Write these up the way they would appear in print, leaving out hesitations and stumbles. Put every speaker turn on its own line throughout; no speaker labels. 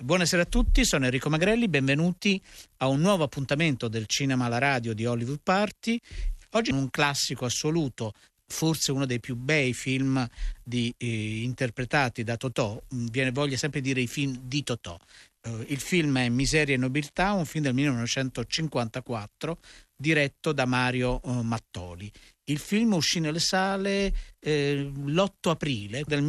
Buonasera a tutti, sono Enrico Magrelli, benvenuti a un nuovo appuntamento del Cinema alla Radio di Hollywood Party. Oggi un classico assoluto, forse uno dei più bei film interpretati da Totò. Viene voglia sempre dire i film di Totò. Il film è Miseria e nobiltà, un film del 1954 diretto da Mario Mattoli. Il film uscì nelle sale l'8 aprile del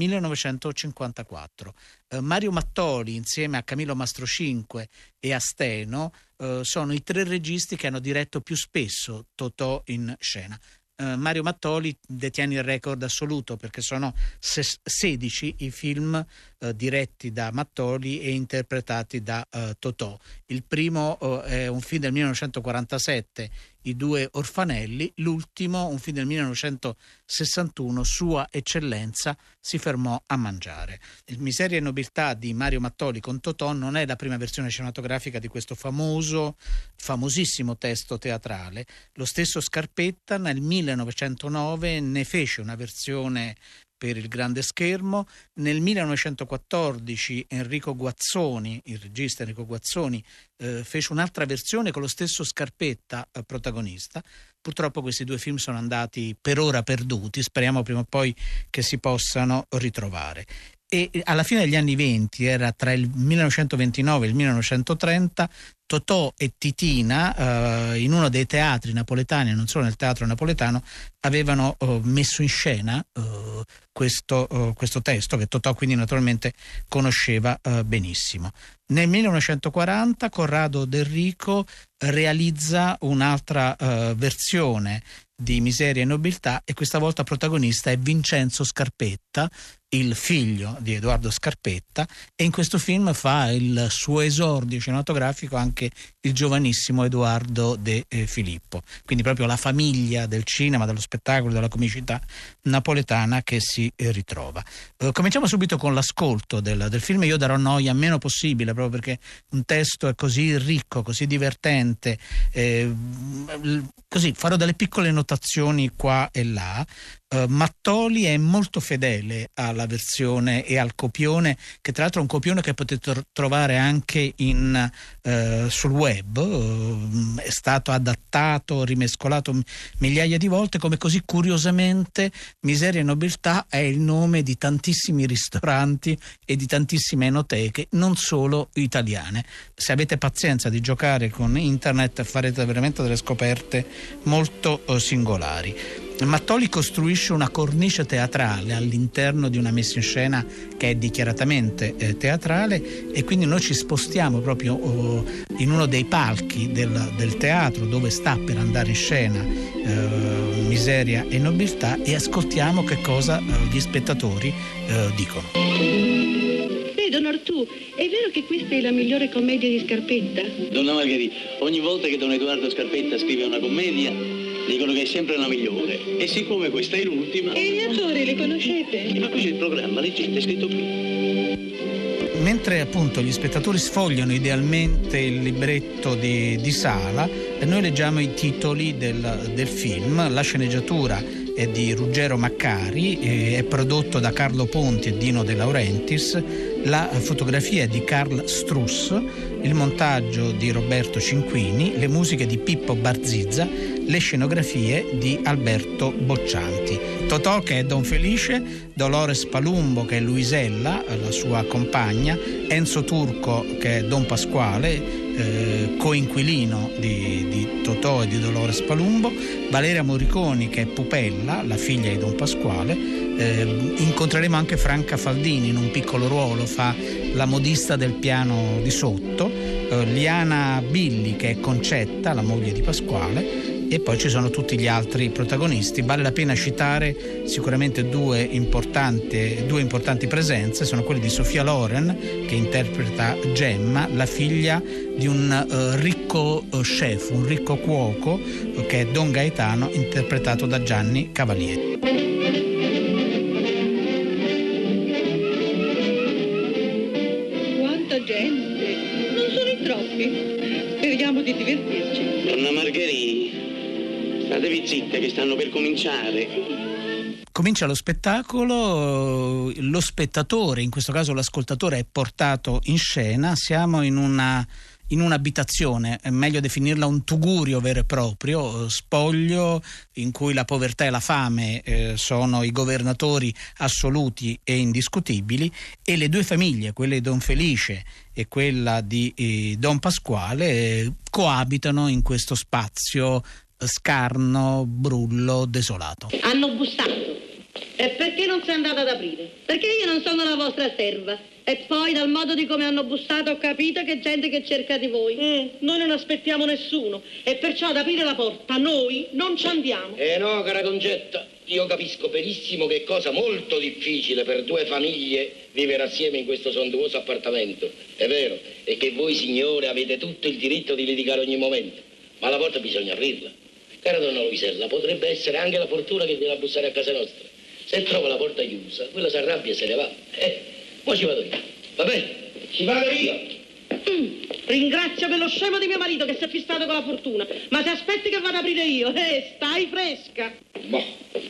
1954. Mario Mattoli insieme a Camillo Mastrocinque e a Steno sono i tre registi che hanno diretto più spesso Totò in scena. Mario Mattoli detiene il record assoluto perché sono 16 i film diretti da Mattoli e interpretati da Totò. Il primo è un film del 1947, I due orfanelli, l'ultimo un film del 1961, Sua Eccellenza si fermò a mangiare. Il Miseria e nobiltà di Mario Mattoli con Totò non è la prima versione cinematografica di questo famosissimo testo teatrale. Lo stesso Scarpetta nel 1909 ne fece una versione per il grande schermo. Nel 1914 Enrico Guazzoni, il regista Enrico Guazzoni, fece un'altra versione con lo stesso Scarpetta protagonista. Purtroppo questi due film sono andati per ora perduti, speriamo prima o poi che si possano ritrovare. E alla fine degli anni 20, era tra il 1929 e il 1930, Totò e Titina in uno dei teatri napoletani, non solo nel teatro napoletano, avevano messo in scena questo testo che Totò quindi naturalmente conosceva benissimo. Nel 1940 Corrado Del Rico realizza un'altra versione di Miseria e nobiltà e questa volta protagonista è Vincenzo Scarpetta, il figlio di Edoardo Scarpetta, e in questo film fa il suo esordio cinematografico anche il giovanissimo Edoardo De Filippo, quindi proprio la famiglia del cinema, dello spettacolo, della comicità napoletana che si ritrova. Cominciamo subito con l'ascolto del film. Io darò noia meno possibile proprio perché un testo è così ricco, così divertente, così farò delle piccole notazioni qua e là. Mattoli è molto fedele alla versione e al copione, che tra l'altro è un copione che potete trovare anche sul web, è stato adattato, rimescolato migliaia di volte, come così curiosamente Miseria e nobiltà è il nome di tantissimi ristoranti e di tantissime enoteche, non solo italiane. Se avete pazienza di giocare con internet farete veramente delle scoperte molto singolari. Mattoli costruisce una cornice teatrale all'interno di una messa in scena che è dichiaratamente teatrale, e quindi noi ci spostiamo proprio in uno dei palchi del teatro dove sta per andare in scena Miseria e nobiltà, e ascoltiamo che cosa gli spettatori dicono.
Don Artù, è vero che questa è la migliore commedia di Scarpetta?
Donna Margherita, ogni volta che Don Edoardo Scarpetta scrive una commedia dicono che è sempre la migliore, e siccome questa è l'ultima...
E gli attori li conoscete?
Ma qui c'è il programma, leggete, è scritto qui.
Mentre appunto gli spettatori sfogliano idealmente il libretto di Sala, noi leggiamo i titoli del film. La sceneggiatura è di Ruggero Maccari, è prodotto da Carlo Ponti e Dino De Laurentiis, la fotografia è di Carl Struss, il montaggio di Roberto Cinquini, le musiche di Pippo Barzizza, le scenografie di Alberto Boccianti. Totò che è Don Felice, Dolores Palumbo che è Luisella, la sua compagna, Enzo Turco che è Don Pasquale, coinquilino di Totò e di Dolores Palumbo, Valeria Morriconi che è Pupella, la figlia di Don Pasquale. Incontreremo anche Franca Faldini in un piccolo ruolo, fa la modista del piano di sotto, Liana Billi che è Concetta, la moglie di Pasquale, e poi ci sono tutti gli altri protagonisti. Vale la pena citare sicuramente due importanti presenze, sono quelle di Sofia Loren che interpreta Gemma, la figlia di un ricco chef, un ricco cuoco che è Don Gaetano, interpretato da Gianni Cavalieri.
Quanta gente! Non sono in troppi. Speriamo di divertirci.
Donna Margherita, statevi zitte che stanno per cominciare.
Comincia lo spettacolo, lo spettatore, in questo caso l'ascoltatore, è portato in scena. Siamo in un'abitazione, è meglio definirla un tugurio vero e proprio, spoglio, in cui la povertà e la fame sono i governatori assoluti e indiscutibili, e le due famiglie, quella di Don Felice e quella di Don Pasquale, coabitano in questo spazio scarno, brullo, desolato.
Hanno bussato. E perché non sei andata ad aprire? Perché io non sono la vostra serva. E poi dal modo di come hanno bussato ho capito che gente che cerca di voi. Noi non aspettiamo nessuno. E perciò ad aprire la porta noi non ci andiamo.
No, cara Concetta, io capisco benissimo che è cosa molto difficile per due famiglie vivere assieme in questo sontuoso appartamento. È vero, e che voi signore avete tutto il diritto di litigare ogni momento. Ma la porta bisogna aprirla. Cara donna Luisella, potrebbe essere anche la fortuna che viene a bussare a casa nostra. Se trova la porta chiusa, quella si arrabbia e se ne va. Poi ci vado io. Va bene? Ci vado io.
Ringrazio quello scemo di mio marito che si è fissato con la fortuna. Ma se aspetti che vado ad aprire io, stai fresca.
Boh.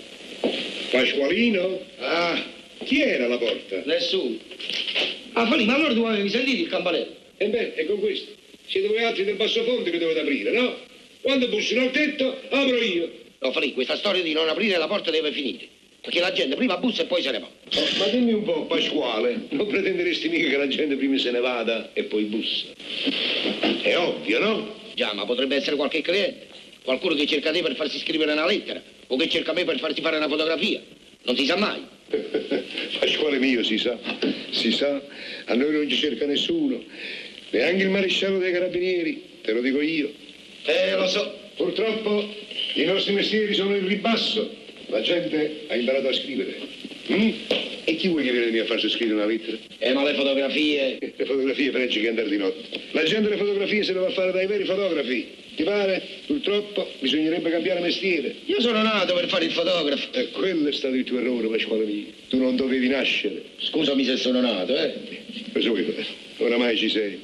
Pasqualino? Ah, chi era alla porta?
Nessuno. Ah, Falì, ma allora tu avevi sentito il campanello?
Beh, è con questo. Siete voi altri del bassofondo che dovete aprire, no? Quando bussino al tetto, apro io.
No, Falì, questa storia di non aprire la porta deve finire. Perché la gente prima bussa e poi se ne va.
Oh, ma dimmi un po', Pasquale, non pretenderesti mica che la gente prima se ne vada e poi bussa? È ovvio, no?
Già, ma potrebbe essere qualche cliente. Qualcuno che cerca te per farsi scrivere una lettera. O che cerca me per farsi fare una fotografia. Non si sa mai.
Pasquale mio, si sa. A noi non ci cerca nessuno. Neanche il maresciallo dei carabinieri, te lo dico io.
Lo so.
Purtroppo i nostri mestieri sono in ribasso. La gente ha imparato a scrivere. E chi vuoi che viene a farsi scrivere una lettera?
Ma le fotografie?
Le fotografie peggio che andare di notte. La gente le fotografie se le va a fare dai veri fotografi. Ti pare? Purtroppo bisognerebbe cambiare mestiere.
Io sono nato per fare il fotografo.
E quello è stato il tuo errore, Pasquale mio. Tu non dovevi nascere.
Scusami se sono nato,
Cosa vuoi fare? Oramai ci sei.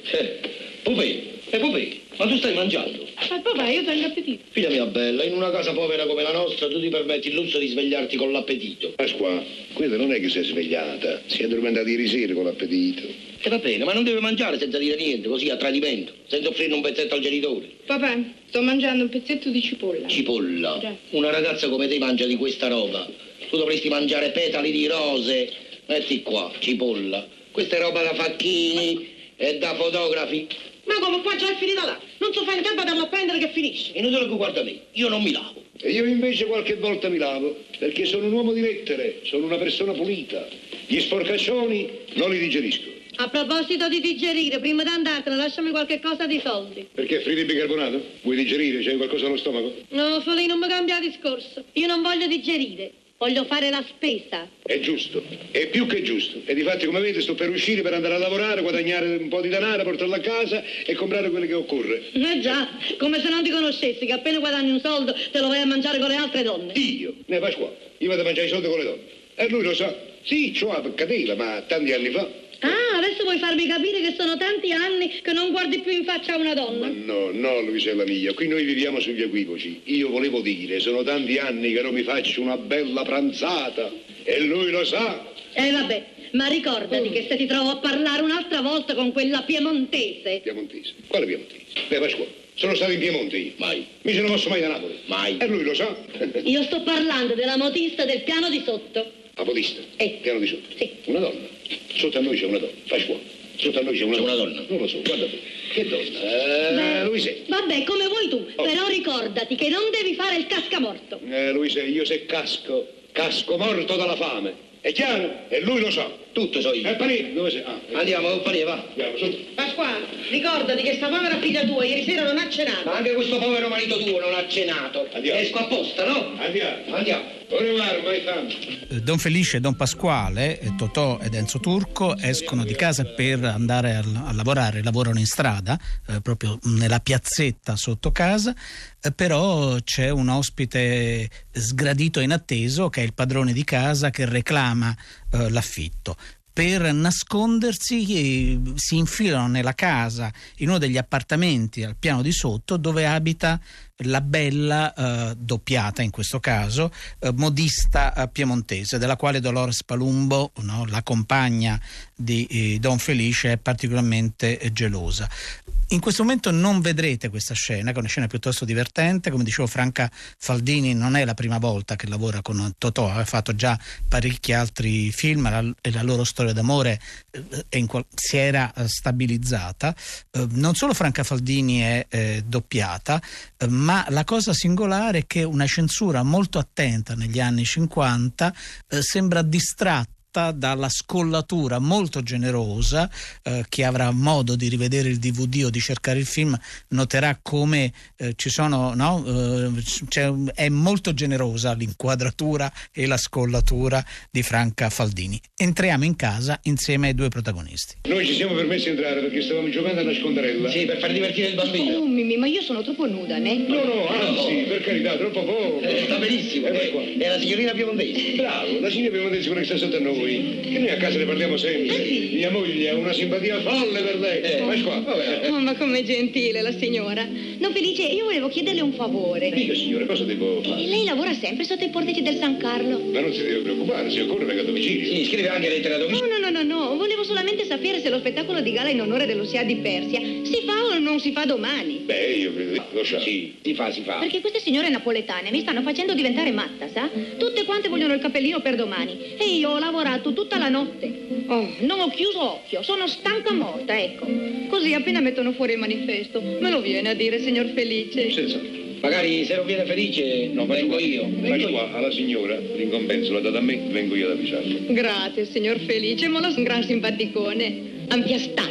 Pupè, ma tu stai mangiando?
Papà, io tengo appetito.
Figlia mia bella, in una casa povera come la nostra tu ti permetti il lusso di svegliarti con l'appetito.
Pasqua, quella non è che si è svegliata, si è addormentata ieri sera con l'appetito.
E va bene, ma non deve mangiare senza dire niente, così a tradimento, senza offrire un pezzetto al genitore.
Papà, sto mangiando un pezzetto di cipolla.
Cipolla?
Già.
Una ragazza come te mangia di questa roba. Tu dovresti mangiare petali di rose. Metti qua, cipolla. Questa è roba da facchini e da fotografi.
Ma come qua già è finita là? Non so fare in tempo ad andarlo a prendere che finisce.
Inutile che guarda me, io non mi lavo.
E io invece qualche volta mi lavo, perché sono un uomo di lettere, sono una persona pulita. Gli sporcaccioni non li digerisco.
A proposito di digerire, prima di andartene lasciami qualche cosa di soldi.
Perché fritto di bicarbonato? Vuoi digerire? C'hai qualcosa allo stomaco?
No, Folì, non mi cambia discorso. Io non voglio digerire, voglio fare la spesa.
È giusto, è più che giusto. E difatti, come vedi, sto per uscire per andare a lavorare, guadagnare un po' di denaro, portarlo a casa e comprare quello che occorre.
Già, come se non ti conoscessi, che appena guadagni un soldo te lo vai a mangiare con le altre donne.
Io? Ne Pasqua, io vado a mangiare i soldi con le donne. E lui lo sa. Sì, c'ho la peccatela, ma tanti anni fa.
Ah, adesso vuoi farmi capire che sono tanti anni che non guardi più in faccia a una donna?
No, Luisella mia, qui noi viviamo sugli equivoci. Io volevo dire, sono tanti anni che non mi faccio una bella pranzata. E lui lo sa.
Vabbè, ma ricordati che se ti trovo a parlare un'altra volta con quella piemontese.
Piemontese? Quale piemontese? Pasqua, sono stato in Piemonte io.
Mai.
Mi sono mosso mai da Napoli.
Mai.
E lui lo sa.
Io sto parlando della motista del piano di sotto.
La podista? Piano di sotto?
Sì.
Una donna? Sotto a noi c'è una donna. Pasqua. Sotto a noi c'è una donna. Non lo so, guarda tu. Che donna? Luise.
Vabbè, come vuoi tu, però ricordati che non devi fare il cascamorto.
Luise, io se casco morto dalla fame. È chiaro? E lui lo sa.
Tutto so io.
Panino, dove sei?
Andiamo, Panino, va.
Andiamo, su.
Pasquale, ricordati che sta povera figlia tua ieri sera non ha cenato.
Ma anche questo povero marito tuo non ha cenato.
Andiamo.
Esco apposta, no?
Andiamo. Au revoir, my fan.
Don Felice e Don Pasquale, Totò ed Enzo Turco, escono di casa per andare a lavorare, lavorano in strada, proprio nella piazzetta sotto casa, però c'è un ospite sgradito e inatteso che è il padrone di casa che reclama l'affitto. Per nascondersi si infilano nella casa, in uno degli appartamenti al piano di sotto dove abita la bella, doppiata in questo caso, modista piemontese, della quale Dolores Palumbo, no, la compagna di Don Felice, è particolarmente gelosa. In questo momento non vedrete questa scena, che è una scena piuttosto divertente. Come dicevo, Franca Faldini non è la prima volta che lavora con Totò, ha fatto già parecchi altri film e la loro storia d'amore si era stabilizzata. Non solo Franca Faldini è doppiata, ma la cosa singolare è che una censura molto attenta negli anni 50 sembra distratta dalla scollatura molto generosa. Chi avrà modo di rivedere il DVD o di cercare il film noterà come ci sono, è molto generosa l'inquadratura e la scollatura di Franca Faldini. Entriamo in casa insieme ai due protagonisti.
Noi ci siamo permessi di entrare perché stavamo giocando alla scontarella.
Sì, per far divertire il bambino.
Oh, Mimì, ma io sono troppo nuda, né?
No, anzi, per carità, troppo poco.
Sta benissimo. È la signorina piemontese.
Bravo, la signora piemontese quella che sta sotto a noi. Che noi a casa ne parliamo sempre. Mia moglie ha una simpatia folle per lei. Ma qua, vabbè.
Oh, ma com'è gentile la signora. Don Felice, io volevo chiederle un favore.
Dica, signore, cosa devo fare?
Lei lavora sempre sotto i portici del San Carlo.
Ma non si deve preoccupare, se occorre venga a domicilio.
Sì, scrive anche lettera a domicilio.
No, volevo solamente sapere se lo spettacolo di gala in onore dell'Osea di Persia si fa o non si fa domani.
Beh, io credo lo sa.
Sì, si fa.
Perché queste signore napoletane mi stanno facendo diventare matta, sa? Tutte quante vogliono il cappellino per domani e io ho lavorato tutta la notte. Oh, non ho chiuso occhio, sono stanca morta, ecco. Così appena mettono fuori il manifesto, me lo viene a dire, signor Felice.
Senza.
Magari se non viene felice, non vengo io.
Faccio qua alla signora, l'incompenso l'ha dato a me, vengo io ad avvisarlo.
Grazie, signor Felice, ma lo un gran simpaticone. Ampia tan.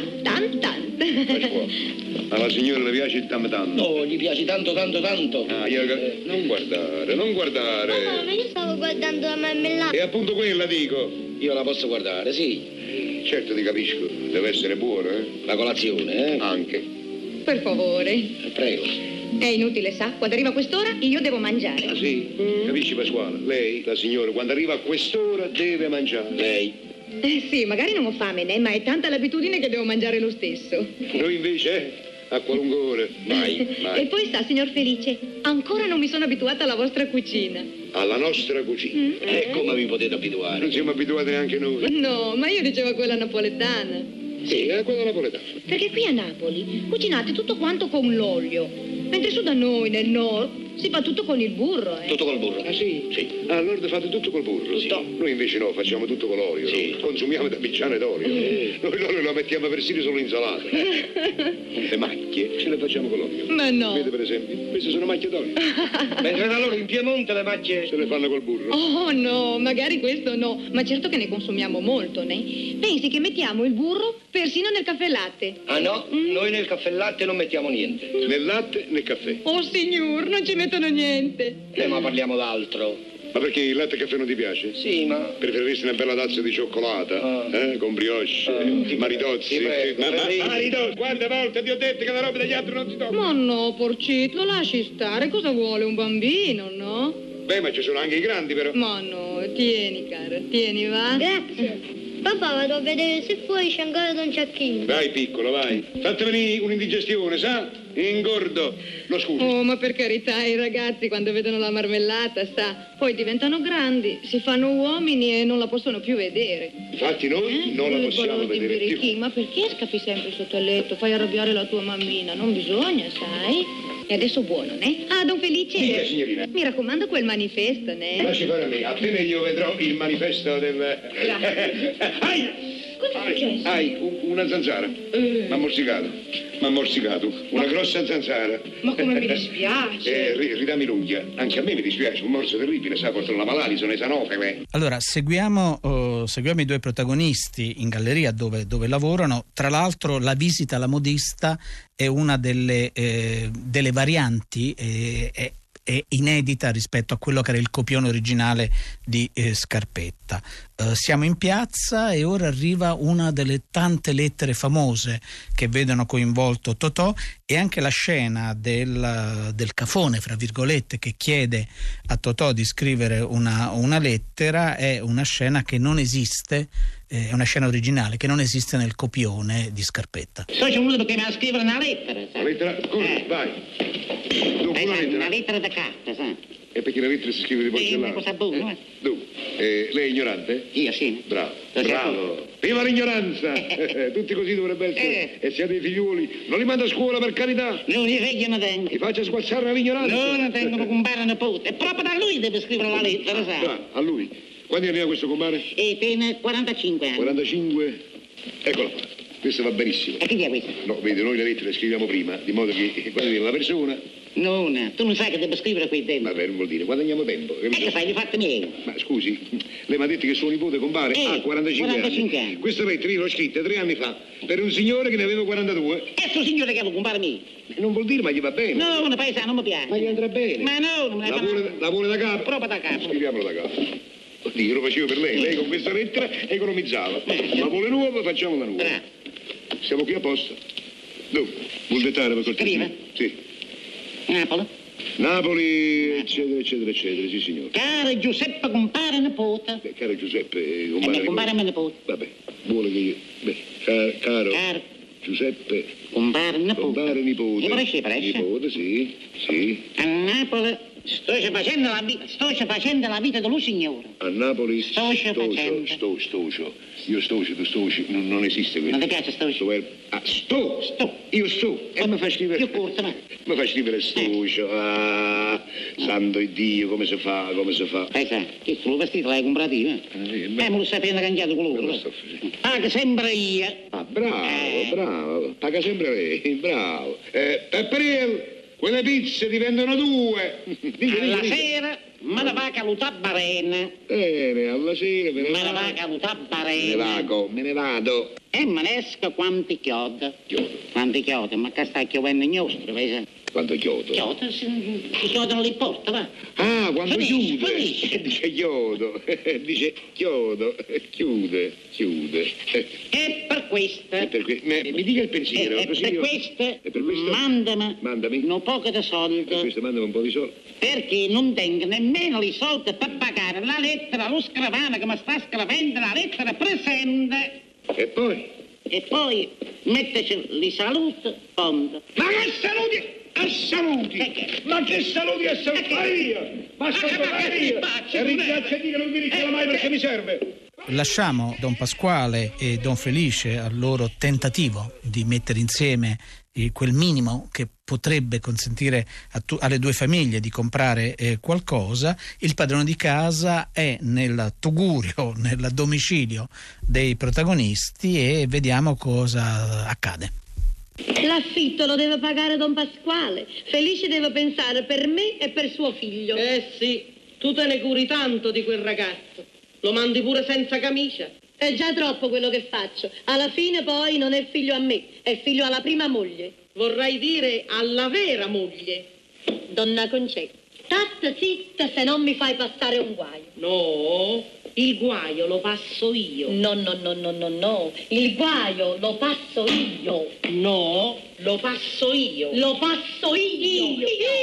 Faccio qua. Alla signora le piace il tam tam.
No, gli piace tanto.
Ah, non guardare.
No, ma io stavo guardando la marmellata.
E appunto quella dico.
Io la posso guardare, sì.
Certo ti capisco, deve essere buona, eh?
La colazione, eh?
Anche.
Per favore.
Prego.
È inutile, sa? Quando arriva quest'ora io devo mangiare.
Ah sì? Capisci Pasquale? Lei, la signora, quando arriva a quest'ora deve mangiare.
Lei?
Sì, magari non ho fame, né? Ma è tanta l'abitudine che devo mangiare lo stesso.
Noi invece, a qualunque ora. Mai.
E poi sa, signor Felice, ancora non mi sono abituata alla vostra cucina.
Alla nostra cucina.
E come vi potete abituare?
Non siamo abituati neanche noi.
No, ma io dicevo a quella napoletana.
Sì, a quella napoletana.
Perché qui a Napoli cucinate tutto quanto con l'olio, mentre su da noi, nel nord, si fa tutto con il burro,
Tutto col burro?
Ah sì?
Sì.
Al nord fate tutto col burro?
Tutto.
Sì. Noi invece no, facciamo tutto con l'olio.
Sì.
No? Consumiamo da bicciane d'olio. Noi l'olio lo mettiamo persino solo in insalata. Le macchie ce le facciamo con l'olio.
Ma no.
Vede per esempio? Queste sono macchie d'olio.
Mentre da loro in Piemonte le macchie...
Se le fanno col burro.
Oh no, magari questo no, ma certo che ne consumiamo molto, né? Pensi che mettiamo il burro persino nel caffè latte.
Ah no? Noi nel caffè latte non mettiamo niente.
Nel latte, nel caffè.
Oh signor, non ci mettono niente.
Ma parliamo d'altro.
Ma perché il latte e il caffè non ti piace?
Sì, ma...
Preferiresti una bella tazza di cioccolata? Con brioche, maritozzi?
Ti prego,
Maritozzi! Quante volte ti ho detto che la roba degli altri non si tocca?
Ma no, porcit, lo lasci stare, cosa vuole un bambino, no?
Beh, ma ci sono anche i grandi però.
Ma no, tieni, cara, tieni, va?
Grazie. Papà, vado a vedere se fuori c'è ancora Don Ciacchino.
Vai piccolo, vai. Fatti venire un'indigestione, sa? Ingordo. Lo scusi.
Oh, ma per carità, i ragazzi quando vedono la marmellata, sa, poi diventano grandi, si fanno uomini e non la possono più vedere.
Infatti noi non la possiamo vedere più.
Ma perché scappi sempre sotto il letto? Fai arrabbiare la tua mammina, non bisogna, sai? E adesso buono, né? Ah, Don Felice.
Dica, signorina.
Mi raccomando quel manifesto, né?
Lasci fare a me. Appena io vedrò il manifesto del...
Cosa è successo?
Una zanzara. M'ha morsicato. Una grossa zanzara.
Ma come mi dispiace.
Ridammi l'unghia. Anche a me mi dispiace, un morso terribile, sa, portano la malaria, sono esanofe.
Allora, seguiamo i due protagonisti in galleria dove lavorano. Tra l'altro la visita alla modista è una delle varianti è inedita rispetto a quello che era il copione originale di Scarpetta. Siamo in piazza e ora arriva una delle tante lettere famose che vedono coinvolto Totò, e anche la scena del cafone, fra virgolette, che chiede a Totò di scrivere una lettera. È una scena che non esiste, è una scena originale che non esiste nel copione di Scarpetta.
C'è voluto che mi ha scritto una lettera, sai?
La lettera? Come? Vai. Dopo una lettera?
Una lettera da carta, sai?
E perché la lettera si scrive di porcellana?
Cosa buona,
Lei è ignorante?
Io sì.
Bravo. Viva l'ignoranza! Tutti così dovrebbe essere. E se ha dei figliuoli, non li manda a scuola, per carità.
Non i figli ne tengo.
Li faccia squazzare all'ignoranza.
No, ne tengo compare nipote. E proprio da lui deve scrivere la lettera, sai?
A lui. Quanti anni ha questo compare?
Appena 45 anni.
45? Eccola qua. Questo va benissimo.
E che è questo?
No, vede, noi le lettere le scriviamo prima, di modo che quando viene la persona...
No, tu non sai che devo scrivere qui dentro.
Vabbè, non vuol dire, guadagniamo tempo.
E che fai, li fatti miei?
Ma scusi, lei mi ha detto che suo nipote compare ha 45 anni. Questa lettera io l'ho scritta 3 anni fa per un signore che ne aveva 42.
E sto signore che lo compare mio?
Non vuol dire, ma gli va bene.
No, una paesana non mi piace.
Ma gli andrà bene.
Ma no, non me la
lavora da capo?
Proprio da capo.
Scriviamolo da capo. Oddio, lo facevo per lei. Lei con questa lettera economizzava. Ma vuole nuova, facciamola nuova. Siamo qui apposta. Dove? Vuol dettare per cortesia?
Scrive?
Sì. Napoli, eccetera, eccetera, eccetera, sì signore.
Caro Giuseppe, compare nipote.
Caro Giuseppe,
compare mio nipote.
Vabbè, vuole che io... Caro Giuseppe,
compare nipote.
Compare nipote.
E presce?
Nipote, sì.
A Napoli sto facendo la vita dello signore.
A Napoli
Stocio.
Io stocio, tu stoci, non esiste quello.
Non ti piace stocio?
Io sto. E mi fa scrivere...
Più corto, no?
Mi fa scrivere stocio. Santo Dio, come si fa?
Sai, che tu lo vestito l'hai comprato io, me lo stai appena cambiato colore. Paga sempre io.
Bravo. Paga sempre lei, bravo. Pepperello, quelle pizze diventano 2.
Alla sera me ne va a calutare barena.
Bene, alla sera
me ne va a calutare barena.
Me ne vado.
E me ne esco quanti chiodi. Ma che sta chiovendo in nostro, vedi?
Quanto chiodo?
Chiodo, si chiudono le porte, va.
Quando chiude.
Finisce.
Dice chiodo. Chiude.
E per questo.
Mi dica il pensiero.
Per questo mandami un poco di soldi.
Per questo mandami un po' di soldi.
Perché non tengo nemmeno i soldi per pagare la lettera allo scrivano che mi sta scrivendo la lettera presente. E poi metteci li saluti, fondo.
Ma che saluti? Ma che saluti a salutare? Ma salutare io! E ringrazio Dio che non mi richiama mai perché mi serve.
Lasciamo Don Pasquale e Don Felice al loro tentativo di mettere insieme quel minimo che potrebbe consentire alle due famiglie di comprare qualcosa. Il padrone di casa è nel tugurio, nel domicilio dei protagonisti, e vediamo cosa accade.
L'affitto lo deve pagare Don Pasquale. Felice deve pensare per me e per suo figlio.
Sì, tu te ne curi tanto di quel ragazzo. Lo mandi pure senza camicia.
È già troppo quello che faccio. Alla fine poi non è figlio a me, è figlio alla prima moglie.
Vorrei dire alla vera moglie.
Donna Concetta, state zitta se non mi fai passare un guaio.
No, il guaio lo passo io.
No, il guaio lo passo io.
No, lo passo io.
Lo passo io.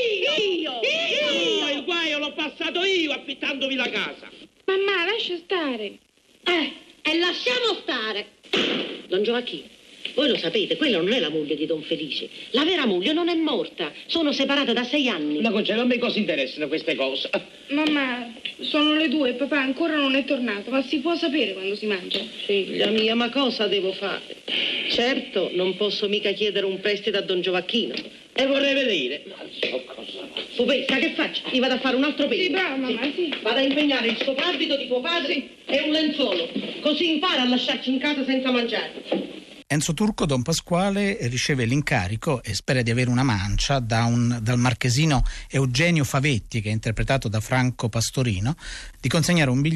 Io il guaio l'ho passato io affittandovi la casa.
Mamma, lascia stare.
E lasciamo stare.
Don Gioacchino, voi lo sapete, quella non è la moglie di Don Felice. La vera moglie non è morta. Sono separate da 6 anni.
Ma Concetta, a me cosa interessano queste cose?
Mamma, sono le 2 e papà ancora non è tornato, ma si può sapere quando si mangia?
Figlia mia, ma cosa devo fare? Certo, non posso mica chiedere un prestito a Don Gioacchino. E vorrei vedere. Non so cosa. Pupetta, che faccio? Io vado a fare un altro pezzo.
Sì, brava, mamma, sì.
Vado a impegnare il soprabito di tuo padre e un lenzuolo. Così impara a lasciarci in casa senza mangiare.
Enzo Turco, Don Pasquale, riceve l'incarico e spera di avere una mancia dal marchesino Eugenio Favetti, che è interpretato da Franco Pastorino, di consegnare un biglietto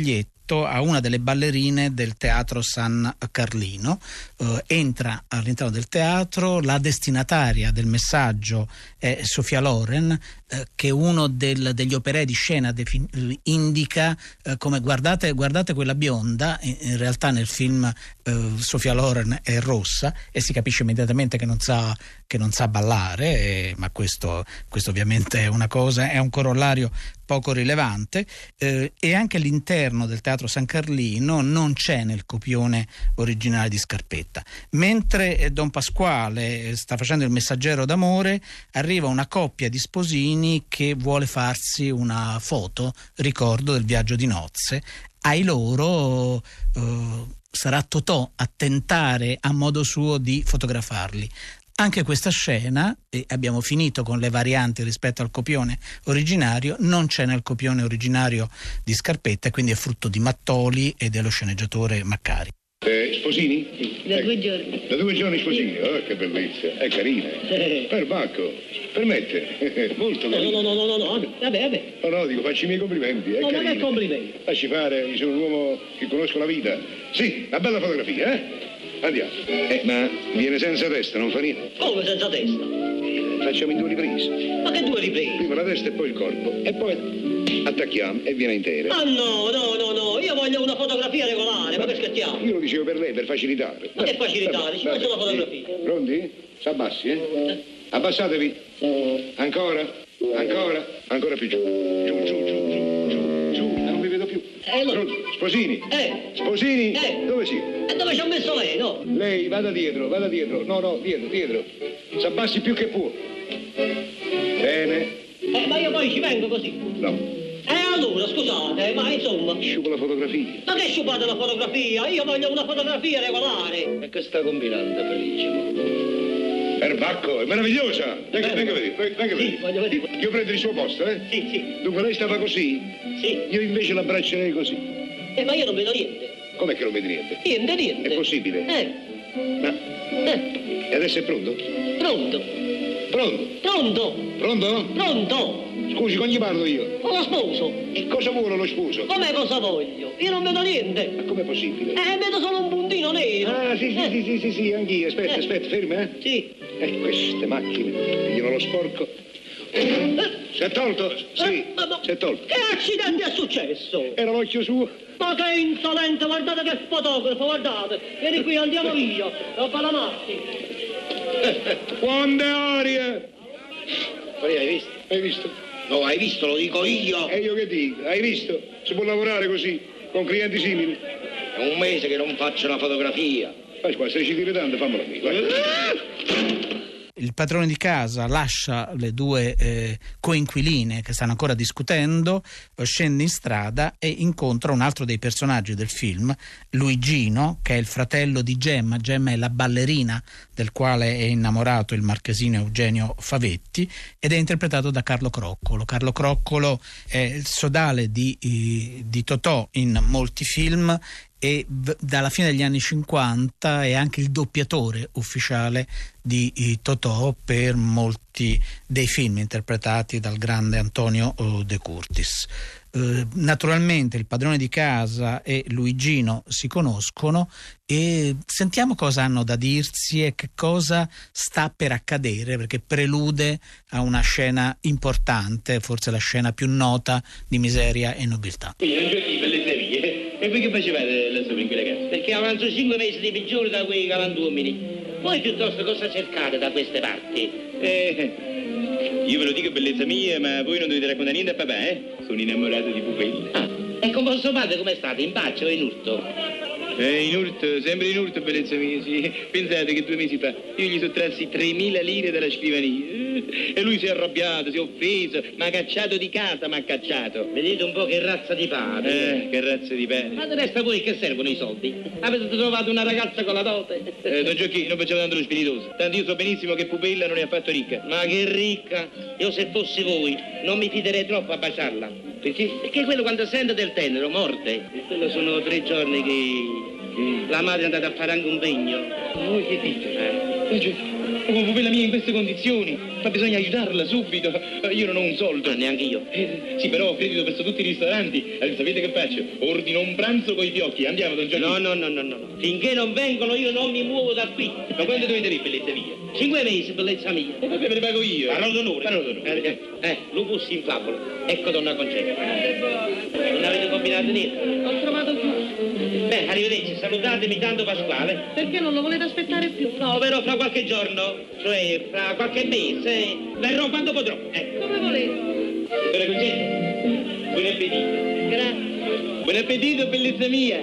riferimento a una delle ballerine del Teatro San Carlino. Entra all'interno del teatro, la destinataria del messaggio è Sophia Loren, che uno degli operei di scena indica come guardate quella bionda. In realtà nel film Sophia Loren è rossa e si capisce immediatamente che non sa ballare, ma questo ovviamente è un corollario poco rilevante, e anche all'interno del Teatro San Carlino non c'è nel copione originale di Scarpetta. Mentre Don Pasquale sta facendo il messaggero d'amore, arriva una coppia di sposini che vuole farsi una foto ricordo del viaggio di nozze. Ai loro sarà Totò a tentare a modo suo di fotografarli. Anche questa scena, e abbiamo finito con le varianti rispetto al copione originario, non c'è nel copione originario di Scarpetta, quindi è frutto di Mattoli e dello sceneggiatore Maccari.
Sposini?
Da 2 giorni.
Da 2 giorni sposini? Oh, che bellezza, è carina. Perbacco, permette, molto carina.
No, vabbè.
No, dico, facci i miei complimenti, è carina.
Ma che complimenti?
Lasci fare, io sono un uomo che conosco la vita. Sì, una bella fotografia, Andiamo. Ma viene senza testa, non fa niente.
Come senza testa?
Facciamo in 2 riprese.
Ma che 2 riprese?
Prima la testa e poi il corpo. E poi attacchiamo e viene intera.
Ah no, io voglio una fotografia regolare, ma che scherziamo?
Io lo dicevo per lei, per facilitare.
Ma che facilitare? Ci faccio una fotografia.
Pronti? S'abbassi, Abbassatevi. Ancora più giù. Giù, non vi vedo più.
Allora.
Sposini. Sposini. Dove si?
E dove ci ho messo lei, no?
Lei, vada dietro. No, dietro. S'abbassi più che può. Bene.
Ma io poi ci vengo così.
No.
Allora, scusate, ma insomma...
Sciupa la fotografia.
Ma che sciupate la fotografia? Io voglio una fotografia regolare.
E che sta combinando, Felice?
Perbacco, è meravigliosa. Venga a vedere.
Sì, voglio vedere.
Io prendo il suo posto,
Sì.
Dunque lei stava così?
Sì.
Io invece l'abbraccerei così.
Ma io non vedo niente.
Com'è che non vedi niente?
Niente.
È possibile? Ma... E adesso è pronto? Pronto? Scusi, con chi parlo io?
Con lo sposo.
E cosa vuole lo sposo?
Come cosa voglio? Io non vedo niente.
Ma com'è possibile?
Vedo solo un puntino nero.
Ah, sì, anch'io. Aspetta, ferma,
Sì.
Queste macchine, io non lo sporco. Si è tolto? Sì, si è tolto.
Che accidente è successo?
Era l'occhio suo.
Ma che insolente, guardate che fotografo, guardate. Vieni qui, andiamo via. Roba la matti.
Quante arie! Hai visto?
No, hai visto, lo dico io.
E io che dico? Hai visto? Si può lavorare così, con clienti simili.
È 1 mese che non faccio una fotografia.
Vai qua, se ci tiri tanto, fammelo qui.
Il padrone di casa lascia le 2 coinquiline che stanno ancora discutendo, scende in strada e incontra un altro dei personaggi del film, Luigino, che è il fratello di Gemma. Gemma è la ballerina del quale è innamorato il marchesino Eugenio Favetti, ed è interpretato da Carlo Croccolo. Carlo Croccolo è il sodale di Totò in molti film e dalla fine degli anni 50 è anche il doppiatore ufficiale di Totò per molti dei film interpretati dal grande Antonio De Curtis. Naturalmente il padrone di casa e Luigino si conoscono e sentiamo cosa hanno da dirsi e che cosa sta per accadere, perché prelude a una scena importante, forse la scena più nota di Miseria e Nobiltà.
E voi che facevate lassù in quella casa? Perché avanzo 5 mesi di peggiore da quei galantuomini. Voi piuttosto cosa cercate da queste parti?
Io ve lo dico, bellezza mia, ma voi non dovete raccontare niente a papà, Sono innamorato di Pupella.
E con vostro padre com'è stato? In pace o in urto?
In urto, sempre in urto, bellezza mia, sì. Pensate che 2 mesi fa io gli sottrassi 3.000 lire dalla scrivania. E lui si è arrabbiato, si è offeso, mi ha cacciato di casa, mi ha cacciato.
Vedete un po' che razza di padre.
Che razza di padre.
Ma del resto a voi che servono i soldi? Avete trovato una ragazza con la dote?
Don Gioacchino, non facciamo tanto lo spiritoso. Tanto io so benissimo che Pupella non è affatto ricca.
Ma che ricca! Io se fossi voi non mi fiderei troppo a baciarla. Perché? Perché quello quando sente del tenero morde. E quello sono 3 giorni che la madre è andata a fare anche un pegno.
Voi che dite? Con Pupilla mia in queste condizioni, ma bisogna aiutarla subito. Io non ho un soldo.
Neanche io.
Sì, però ho credito presso tutti i ristoranti. Sapete che faccio? Ordino un pranzo coi fiocchi. Andiamo, don Gioacchino.
No. Finché non vengono io non mi muovo da qui.
Ma quando dovete venire, bellezza mia?
5 mesi, bellezza mia.
E vabbè, ve le pago io.
Parola d'onore. Lupus in favola. Ecco, donna Concetta. Non avete combinato niente?
Ho trovato chiuso.
Beh, arrivederci, salutatemi tanto Pasquale.
Perché non lo volete aspettare più?
No, però fra qualche giorno, cioè fra qualche mese, verrò quando potrò. Ecco.
Come volete.
Donna Concetta, buon appetito.
Grazie.
Buon appetito, bellezza mia.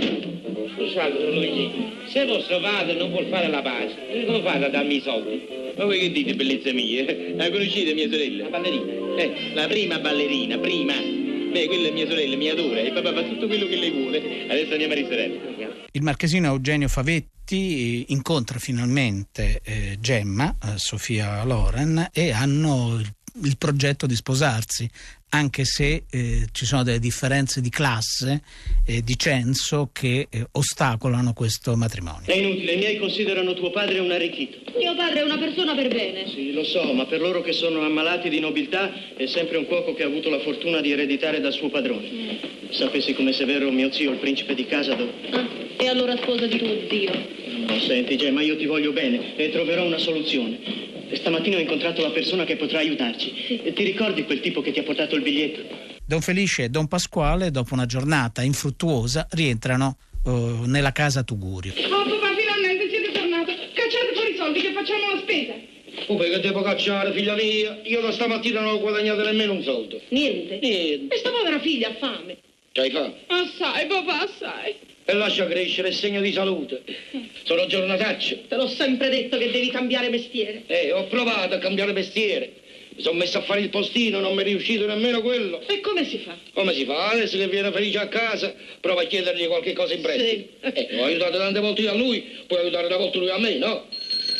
Scusate, non lo dico. Se vostro padre non vuol fare la pace, come fate a darmi i soldi?
Ma voi che dite, bellezza mia? La conoscete mia sorella?
La ballerina.
La prima ballerina, prima. Beh, quella è mia sorella, mi adora e papà fa tutto quello che lei vuole. Adesso andiamo al ristorante.
Il marchesino Eugenio Favetti incontra finalmente Gemma, Sofia Loren, e hanno il progetto di sposarsi, anche se ci sono delle differenze di classe e di censo che ostacolano questo matrimonio.
È inutile, i miei considerano tuo padre un arricchito.
Mio padre è una persona per bene.
Sì, lo so, ma per loro che sono ammalati di nobiltà è sempre un cuoco che ha avuto la fortuna di ereditare dal suo padrone. Sapessi come Severo, mio zio, il principe di Casador.
Ah, e allora sposa di tuo zio.
No, senti, Gemma, io ti voglio bene e troverò una soluzione. Stamattina ho incontrato la persona che potrà aiutarci.
Sì.
Ti ricordi quel tipo che ti ha portato il biglietto?
Don Felice e Don Pasquale, dopo una giornata infruttuosa, rientrano nella casa Tugurio.
Oh papà, finalmente siete tornato. Cacciate fuori i soldi che facciamo la spesa.
Come che devo cacciare, figlia mia? Io da stamattina non ho guadagnato nemmeno un soldo.
Niente.
Niente.
E sta povera figlia ha fame.
C'hai fame?
Assai, papà, assai.
E lascia crescere, è segno di salute. Sono giornatacce.
Te l'ho sempre detto che devi cambiare mestiere.
Ho provato a cambiare mestiere. Mi sono messo a fare il postino, non mi è riuscito nemmeno quello.
E come si fa?
Come si fa? Adesso che viene Felice a casa, prova a chiedergli qualche cosa in prestito.
Sì.
Ho aiutato tante volte io a lui, puoi aiutare una volta lui a me, no?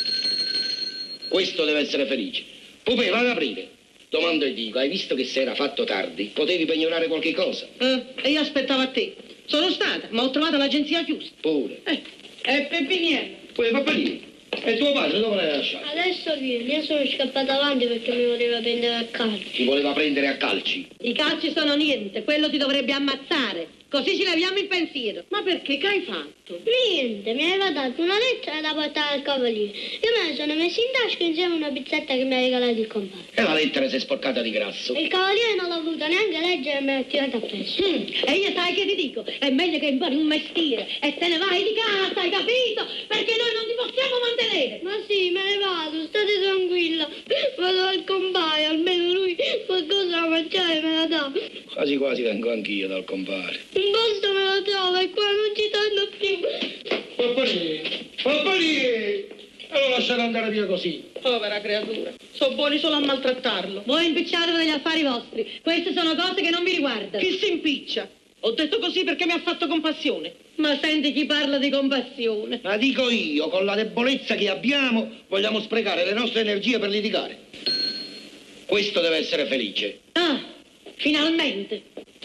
Questo deve essere Felice. Pupè, vai ad aprire. Domando e dico, hai visto che si era fatto tardi? Potevi pegnorare qualche cosa?
E io aspettavo a te. Sono stata, ma ho trovato l'agenzia chiusa.
Pure.
E Pepiniere.
Poi papà lì. E tuo padre dove l'hai lasciato?
Adesso vieni, io sono scappata avanti perché mi voleva prendere a calcio.
Ti voleva prendere a calci.
I calci sono niente, quello ti dovrebbe ammazzare. Così ci leviamo il pensiero. Ma perché? Che hai fatto?
Niente, mi aveva dato una lettera da portare al cavaliere. Io me la sono messa in tasca insieme a una pizzetta che mi ha regalato il compare.
E la lettera si è sporcata di grasso.
Il cavaliere non l'ha voluta neanche leggere e me l'ha tirata appresso.
E io sai che ti dico? È meglio che impari un mestiere e te ne vai di casa, hai capito? Perché noi non ti possiamo mantenere.
Ma sì, me ne vado, state tranquilla. Vado al compare, almeno lui qualcosa da mangiare me la dà.
Quasi quasi vengo anch'io dal compare.
Un posto me lo trova e qua non ci torno più.
Papà lì! E lo lasciate andare via così.
Povera creatura. Sono buoni solo a maltrattarlo. Voi impicciatevi negli affari vostri. Queste sono cose che non vi riguardano. Chi si impiccia? Ho detto così perché mi ha fatto compassione. Ma senti chi parla di compassione.
Ma dico io, con la debolezza che abbiamo, vogliamo sprecare le nostre energie per litigare. Questo deve essere Felice.
Ah, finalmente.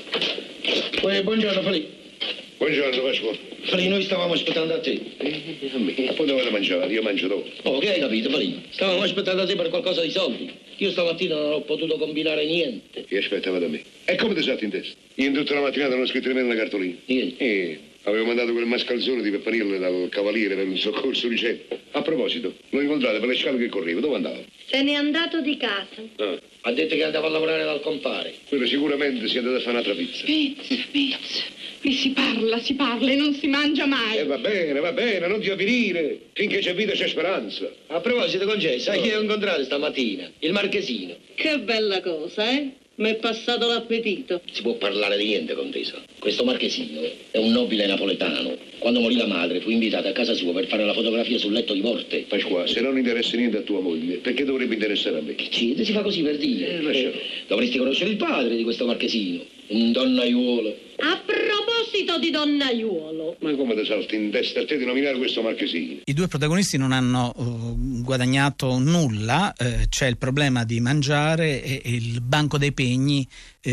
Buongiorno, Felice.
Buongiorno, Pasqua.
Felice, noi stavamo aspettando a te.
Poi dovete mangiare, io mangio dopo.
Oh, che hai capito, Felice? Stavamo aspettando a te per qualcosa di soldi. Io stamattina non ho potuto combinare niente.
Chi aspettava da me? E come ti salti in testa? Io in tutta la mattinata non ho scritto nemmeno una cartolina.
Niente.
Avevo mandato quel mascalzone di Peppanille dal cavaliere per un soccorso urgente. A proposito, l'ho incontrato per le scale che correva. Dove andava?
Se n'è andato di casa.
Ha detto che andava a lavorare dal compare.
Quello sicuramente si è andato a fare un'altra pizza.
Pizza. Qui si parla e non si mangia mai.
Va bene, non ti avvilire. Finché c'è vita c'è speranza.
A proposito, Concè, sai chi ho incontrato stamattina? Il marchesino.
Che bella cosa, eh? Mi è passato l'appetito.
Si può parlare di niente, contesa. Questo marchesino è un nobile napoletano. Quando morì la madre fu invitato a casa sua per fare la fotografia sul letto di morte.
Pasqua, se non interessa niente a tua moglie, perché dovrebbe interessare a me?
Che c'è? Si fa così per dire.
Lascialo.
Dovresti conoscere il padre di questo marchesino. un donnaiuolo.
A proposito di donnaiuolo.
Ma come ti salti in testa a te di nominare questo marchesino?
I due protagonisti non hanno guadagnato nulla, c'è il problema di mangiare e il banco dei pegni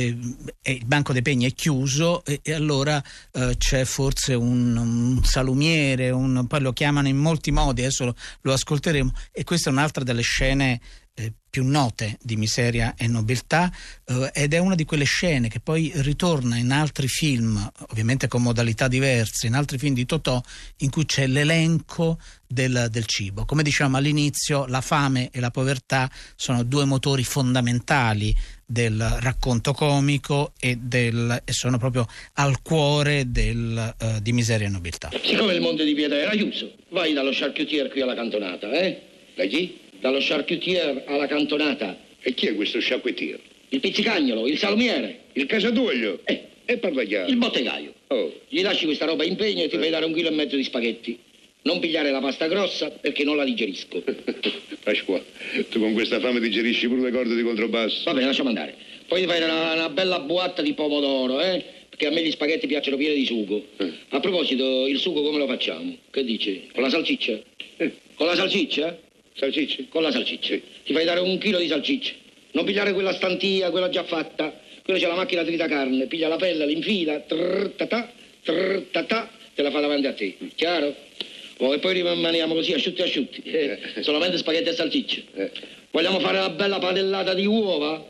è chiuso e allora c'è forse un salumiere, poi lo chiamano in molti modi, adesso lo ascolteremo, e questa è un'altra delle scene più note di Miseria e Nobiltà, ed è una di quelle scene che poi ritorna in altri film, ovviamente con modalità diverse, in altri film di Totò, in cui c'è l'elenco del cibo. Come dicevamo all'inizio, la fame e la povertà sono due motori fondamentali del racconto comico e sono proprio al cuore di Miseria e Nobiltà.
Siccome il monte di Pietà era chiuso, vai dallo charcutier qui alla cantonata, eh?
Da chi?
Dallo charcutier alla cantonata.
E chi è questo sciacquettiero?
Il pizzicagnolo, il salumiere.
Il casatuoglio? E parla chiaro.
Il bottegaio.
Oh.
Gli lasci questa roba in pegno e ti fai dare 1,5 chili di spaghetti. Non pigliare la pasta grossa perché non la digerisco.
Pasqua, tu con questa fame digerisci pure le corde di contrabbasso.
Va bene, lasciamo andare. Poi ti fai una bella boatta di pomodoro, perché a me gli spaghetti piacciono pieni di sugo. A proposito, il sugo come lo facciamo? Che dici? Con la salsiccia? Con la salsiccia?
Salsicce?
Con la salsiccia. Ti fai dare 1 chilo di salsiccia. Non pigliare quella stantia, quella già fatta. Quella c'è la macchina tritacarne. Piglia la pelle, l'infila, trrr-ta-ta, te la fa davanti a te. Chiaro? Oh, e poi rimaniamo così, asciutti. Solamente spaghetti e salsiccia. Vogliamo fare una bella padellata di uova?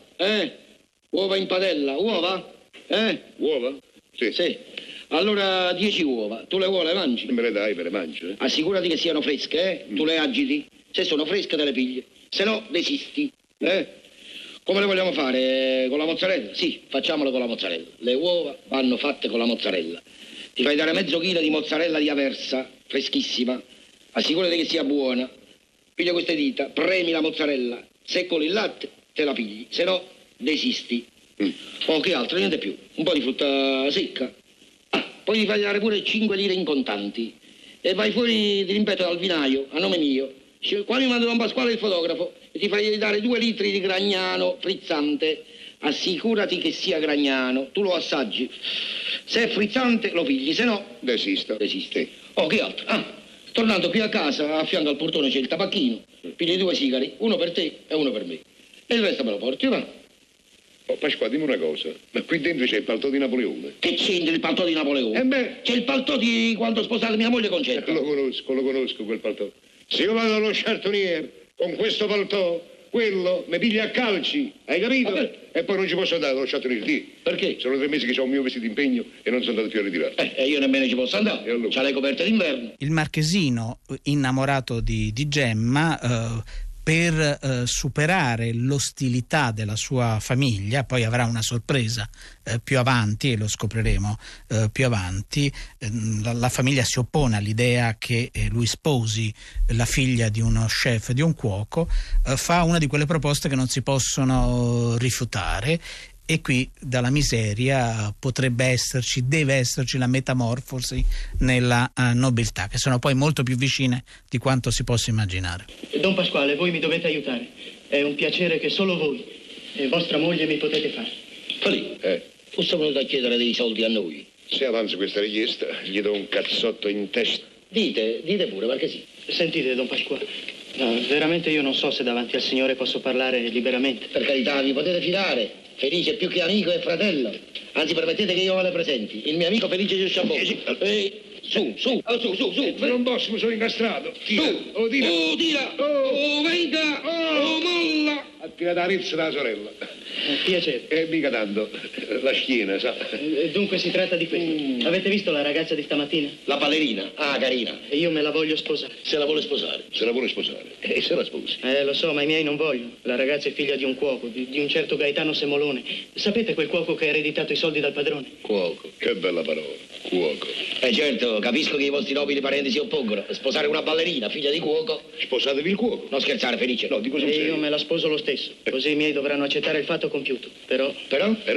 Uova in padella. Uova?
Uova? Sì.
Sì. Allora 10 uova. Tu le uova le mangi?
Me le dai, me le mangio.
Assicurati che siano fresche, Tu le agiti. Se sono fresche te le pigli. Se no, desisti. Come le vogliamo fare? Con la mozzarella? Sì, facciamole con la mozzarella. Le uova vanno fatte con la mozzarella. Ti fai dare mezzo chilo di mozzarella di Aversa, freschissima. Assicurati che sia buona. Piglia queste dita, premi la mozzarella. Se coli il latte, te la pigli. Se no, desisti. O che altro, niente più. Un po' di frutta secca. Poi ti fai dare pure 5 lire in contanti. E vai fuori, ti ripeto, dal vinaio, a nome mio. Qua mi manda Don Pasquale il fotografo e ti fai dare 2 litri di Gragnano frizzante. Assicurati che sia Gragnano. Tu lo assaggi. Se è frizzante lo pigli, se no...
Desisto.
Desisti. Oh, che altro? Tornando qui a casa, a fianco al portone c'è il tabacchino. Pigli 2 sigari, uno per te e uno per me. E il resto me lo porti, va?
Oh, Pasqua, dimmi una cosa. Ma qui dentro c'è il paltò di Napoleone.
Che c'entra il paltò di Napoleone? C'è il paltò di quando ho sposato mia moglie Concetta.
Lo conosco quel paltò. Se io vado allo chartonier con questo paltò, quello mi piglia a calci, hai capito? E poi non ci posso andare allo chartonier, di.
Perché?
Sono 3 mesi che ho un mio vestito d'impegno e non sono andato più a ritirarlo.
E io nemmeno ci posso andare.
E allora?
C'ha le coperte d'inverno.
Il marchesino, innamorato di Gemma, per superare l'ostilità della sua famiglia, poi avrà una sorpresa più avanti, e lo scopriremo più avanti, la famiglia si oppone all'idea che lui sposi la figlia di uno chef, di un cuoco, fa una di quelle proposte che non si possono rifiutare. E qui dalla miseria deve esserci la metamorfosi nella nobiltà, che sono poi molto più vicine di quanto si possa immaginare.
Don Pasquale, voi mi dovete aiutare. È un piacere che solo voi e vostra moglie mi potete fare.
Falì, fosse venuto a chiedere dei soldi a noi.
Se avanza questa richiesta, gli do un cazzotto in testa.
Dite pure, perché sì.
Sentite, Don Pasquale, no, veramente io non so se davanti al Signore posso parlare liberamente.
Per carità, vi potete fidare. Felice più che amico e fratello. Anzi, permettete che io ve le presenti. Il mio amico Felice Giusciabò. Su.
Non posso, mi sono incastrato.
Tira. Tira. Venga. Molla.
Ha tirato la rizza dalla sorella.
Piacere.
Mica tanto. La schiena, sa.
Dunque si tratta di questo. Avete visto la ragazza di stamattina?
La ballerina. Carina.
E io me la voglio sposare.
Se la vuole sposare. E se la sposi?
Lo so, ma i miei non vogliono. La ragazza è figlia di un cuoco, di un certo Gaetano Semolone. Sapete quel cuoco che ha ereditato i soldi dal padrone?
Cuoco. Che bella parola. Cuoco.
Certo, capisco che i vostri nobili parenti si oppongono. Sposare una ballerina, figlia di cuoco.
Sposatevi il cuoco.
Non scherzare, Felice.
No, dico sul
E
serio.
io me la sposo lo stesso. Così i miei dovranno accettare il fatto compiuto. Però?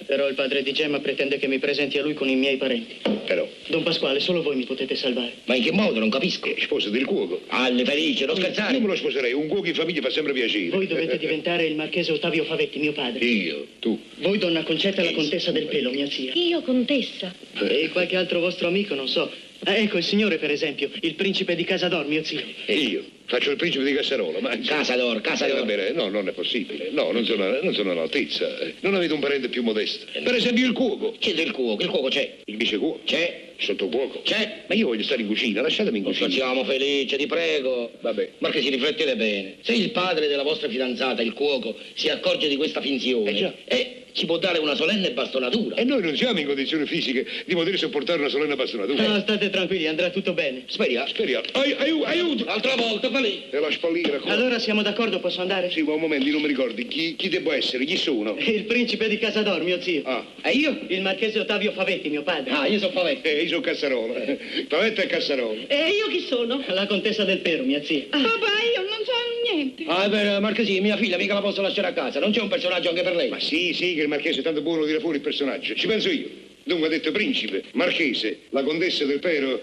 Però il padre di Gemma pretende che mi presenti a lui con i miei parenti.
Però.
Don Pasquale, solo voi mi potete salvare.
Ma in che modo? Non capisco.
Sposa del cuoco.
Alle Felice, non scherzare.
Io me lo sposerei, un cuoco in famiglia fa sempre piacere.
Voi dovete diventare il marchese Ottavio Favetti, mio padre.
Io? Tu?
Voi, donna Concetta, la contessa del Pelo, mia zia.
Io, contessa.
E qualche altro vostro amico, non so. Ecco, il signore, per esempio, il principe di Casador, mio zio.
E io? Faccio il principe di Cassarola, ma...
Casador.
Va bene, no, non è possibile. No, non sono all'altezza. Non avete un parente più modesto. Per esempio il cuoco.
C'è del cuoco, il cuoco c'è.
Il vicecuoco.
C'è.
Sottocuoco.
C'è.
Ma io voglio stare in cucina, lasciatemi in
Non
cucina.
facciamo Felice, ti prego.
Vabbè.
Marchesi, riflettete bene. Se il padre della vostra fidanzata, il cuoco, si accorge di questa finzione,
già.
ci può dare una solenne bastonatura.
E noi non siamo in condizioni fisiche di poter sopportare una solenne bastonatura.
No, state tranquilli, andrà tutto bene.
Speriamo.
Aiuto!
L'altra volta, Felice.
E la spalliera qua.
Allora siamo d'accordo, posso andare?
Sì, ma un momento, io non mi ricordi. Chi devo essere? Chi sono?
Il principe di Casador, mio zio.
Ah.
E io?
Il marchese Ottavio Favetti, mio padre.
Ah, io sono Favetti.
Io sono Cassarola. Pavetta e Cassarola.
E io chi sono?
La contessa del Pero, mia zia.
Papà, io non so niente.
Ah, beh, Marchesi, mia figlia mica la posso lasciare a casa. Non c'è un personaggio anche per lei.
Ma sì, che il marchese è tanto buono di tira fuori il personaggio. Ci penso io. Dunque ha detto principe, marchese, la contessa del Pero,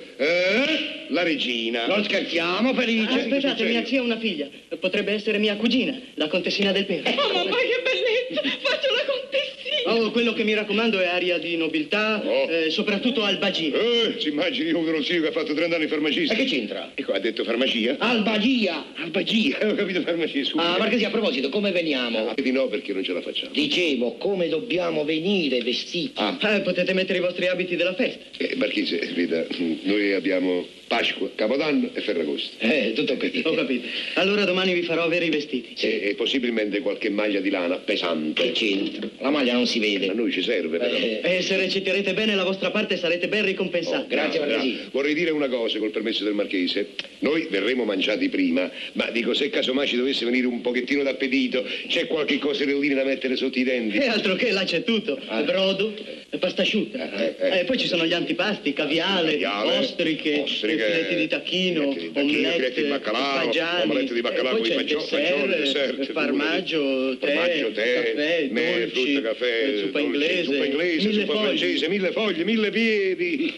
la regina.
Non scherziamo, Felice.
Aspettate, mia zia ha una figlia. Potrebbe essere mia cugina, la contessina del Pero.
Oh, mamma, che bellezza! Faccio la contessina.
Oh, quello che mi raccomando è aria di nobiltà, soprattutto albagia.
Si immagini uno zio che ha fatto 30 anni farmacista.
E che c'entra?
Ecco, ha detto farmacia?
Albagia.
Albagia, ho capito farmacia, scusa.
Ah, Marchesi, a proposito, come veniamo?
Di no, perché non ce la facciamo.
Dicevo, come dobbiamo venire vestiti?
Potete mettere i vostri abiti della festa.
Marchese, veda, noi abbiamo Pasqua, Capodanno e Ferragosto.
Tutto qui.
Ho capito. Allora domani vi farò avere i vestiti.
E possibilmente qualche maglia di lana pesante.
Che c'entra? La maglia non si vede.
A noi ci serve, però.
E se reciterete bene la vostra parte sarete ben ricompensati.
Grazie, Marchesi.
Vorrei dire una cosa, col permesso del marchese. Noi verremo mangiati prima, ma dico, se casomai ci dovesse venire un pochettino d'appetito, c'è qualche coserellina da mettere sotto i denti?
E altro che, là c'è tutto. Brodo, pasta asciutta. E poi ci sono gli antipasti, caviale, ostriche, filetti di tacchino,
filetti di baccalà, omelette di baccalà con i fagioli, dessert,
formaggio, tè, caffè, dolci,
frutta, caffè,
zuppa inglese,
zuppa francese, 1000 foglie, 1000 piedi.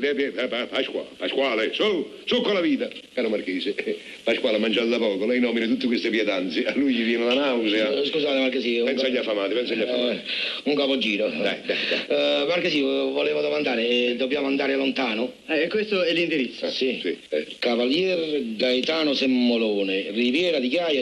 Pasquale, su con la vita. Caro marchese, Pasquale ha mangiato da poco, lei nomina tutte queste pietanze, a lui gli viene la nausea.
Scusate, Marchesi.
Pensa agli affamati.
Un capogiro.
Dai.
Marchesi, volevo domandare, dobbiamo andare lontano?
Questo è l'indirizzo.
Sì. Cavalier Gaetano Semmolone, Riviera di Chiaia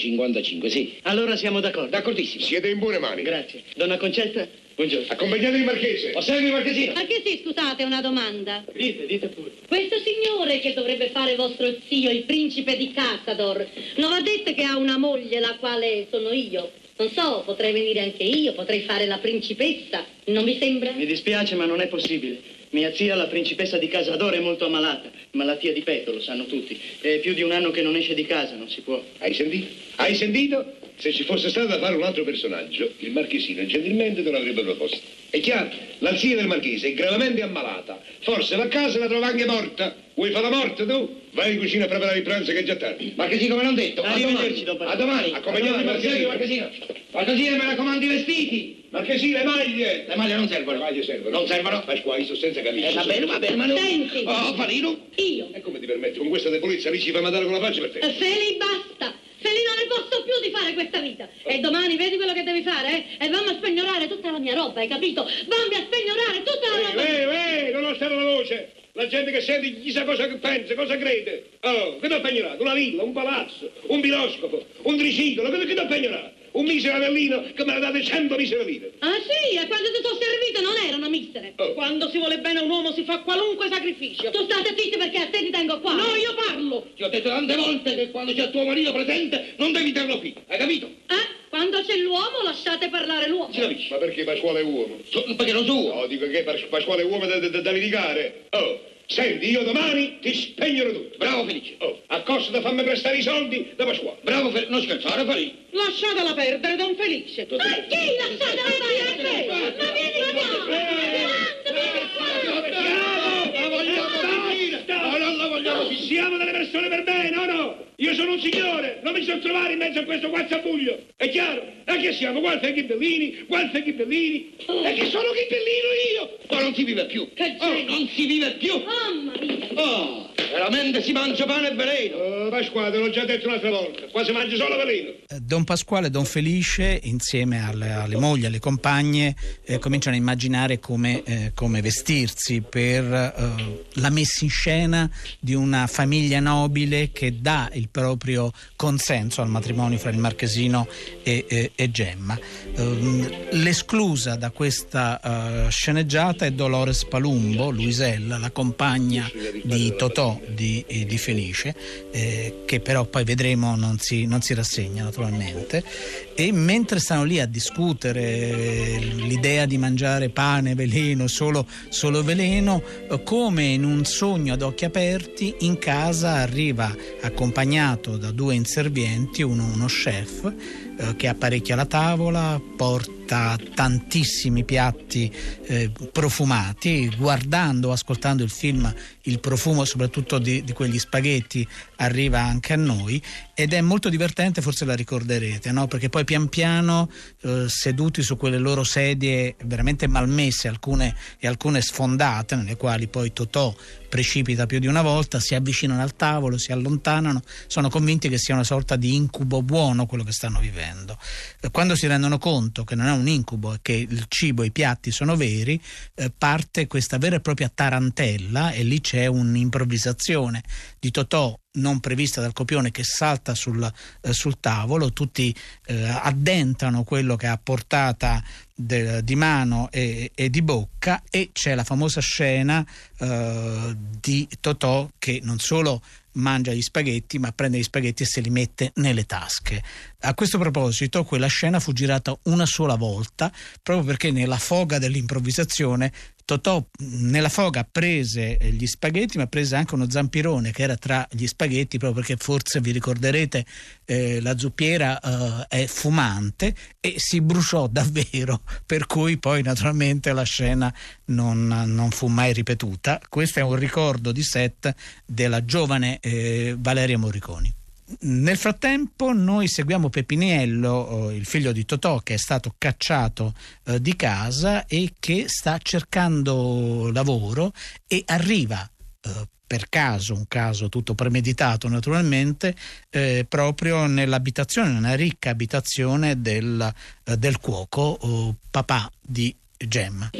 155, sì.
Allora siamo d'accordo.
D'accordissimo.
Siete in buone mani.
Grazie. Donna Concetta, buongiorno.
Accompagnate il marchese.
Osservi, Marchesino.
Marchesi, scusate, una domanda.
Dite pure.
Questo signore che dovrebbe fare vostro zio, il principe di Casador, non va detto che ha una moglie, la quale sono io? Non so, potrei venire anche io, potrei fare la principessa, non vi sembra?
Mi dispiace, ma non è possibile. Mia zia, la principessa di Casador, è molto ammalata. Malattia di petto, lo sanno tutti. È più di un anno che non esce di casa, non si può.
Hai sentito? Se ci fosse stato da fare un altro personaggio, il marchesino gentilmente te l'avrebbe proposto. È chiaro? La zia del marchese è gravemente ammalata. Forse va a casa e la trova anche morta. Vuoi fare la morte tu? Vai in cucina a preparare il pranzo che è già tardi.
Marchesino, come non detto.
Arrivederci, don
A domani.
Accompagnate il marchesino.
Marchesino, me raccomando i vestiti.
Marchesino, le maglie.
Le maglie non servono.
Le maglie servono.
Non servono.
Pasquale, sto senza camicia.
Va bene, ma non...
Senti.
Oh, Falino.
Io.
E come ti permetti? Con questa debolezza lì ci fa mandare con la faccia per te.
Feli, basta. Feli, non ne posso più di fare questa vita. E domani vedi quello che devi fare, eh? E vammi a spegnorare tutta la mia roba, hai capito? Vammi a spegnorare tutta la roba.
Non alzare la voce. La gente che sente chissà cosa pensa, cosa crede. Oh, che ti ha pegnorato? Una villa, un palazzo, un piroscafo, un triciclo, che ti ha pegnorato? Un miseravellino che me l'ha dato 100 misere lire.
Ah sì? E quando ti sono servito non erano misere.
Oh.
Quando si vuole bene a un uomo si fa qualunque sacrificio. Tu state zitti perché a te ti tengo qua. No, io parlo.
Ti ho detto tante volte che quando c'è tuo marito presente non devi tenerlo qui, hai capito?
Quando c'è l'uomo lasciate parlare l'uomo.
Si capisce? Ma perché Pasquale è uomo?
Perché non so uomo.
No, dico che Pasquale è uomo da litigare. Oh, senti, io domani ti spegnerò tutto.
Bravo Felice.
Oh, a costo da farmi prestare i soldi da Pasquale.
Bravo Felice, non scherzare Felice.
Lasciatela perdere, don Felice. Ma chi lasciatela perdere? Ma vieni
Non la vogliamo, siamo delle persone per bene, no? Io sono sono un signore, non mi so trovare in mezzo a questo guazzabuglio. È chiaro? E che siamo? Guarda ghibellini, guarda ghibellini. E che sono ghibellino io? Ma non si vive più. Non si vive più.
Mamma mia.
Oh,
veramente si mangia pane e veleno.
Pasquale, l'ho già detto un'altra volta. Qua si mangia solo veleno.
Don Pasquale e Don Felice, insieme alle mogli, alle compagne, cominciano a immaginare come vestirsi per la messa in scena di una famiglia nobile che dà il proprio consenso al matrimonio fra il marchesino e Gemma. L'esclusa da questa sceneggiata è Dolores Palumbo, Luisella, la compagna di Totò di Felice, che però poi vedremo non si rassegna naturalmente. E mentre stanno lì a discutere l'idea di mangiare pane, veleno, solo veleno, come in un sogno ad occhi aperti, in casa arriva, accompagnato da 2 inservienti, uno chef che apparecchia la tavola, porta tantissimi piatti profumati. Guardando, ascoltando il film, il profumo soprattutto di quegli spaghetti arriva anche a noi, ed è molto divertente, forse la ricorderete, no? Perché poi pian piano, seduti su quelle loro sedie veramente malmesse, alcune sfondate, nelle quali poi Totò precipita più di una volta, si avvicinano al tavolo, si allontanano, sono convinti che sia una sorta di incubo buono quello che stanno vivendo. Quando si rendono conto che non è un incubo e che il cibo e i piatti sono veri, parte questa vera e propria tarantella, e lì c'è un'improvvisazione di Totò non prevista dal copione, che salta sul tavolo. Tutti addentano quello che ha a portata di mano e di bocca, e c'è la famosa scena di Totò che non solo mangia gli spaghetti, ma prende gli spaghetti e se li mette nelle tasche. A questo proposito, quella scena fu girata una sola volta, proprio perché nella foga dell'improvvisazione Totò nella foga prese gli spaghetti, ma prese anche uno zampirone che era tra gli spaghetti, proprio perché forse vi ricorderete la zuppiera è fumante, e si bruciò davvero, per cui poi naturalmente la scena non fu mai ripetuta. Questo è un ricordo di set della giovane Valeria Morriconi. Nel frattempo noi seguiamo Pepiniello, il figlio di Totò, che è stato cacciato di casa e che sta cercando lavoro, e arriva per caso, un caso tutto premeditato naturalmente, proprio nell'abitazione, nella ricca abitazione del cuoco, papà di Gemma.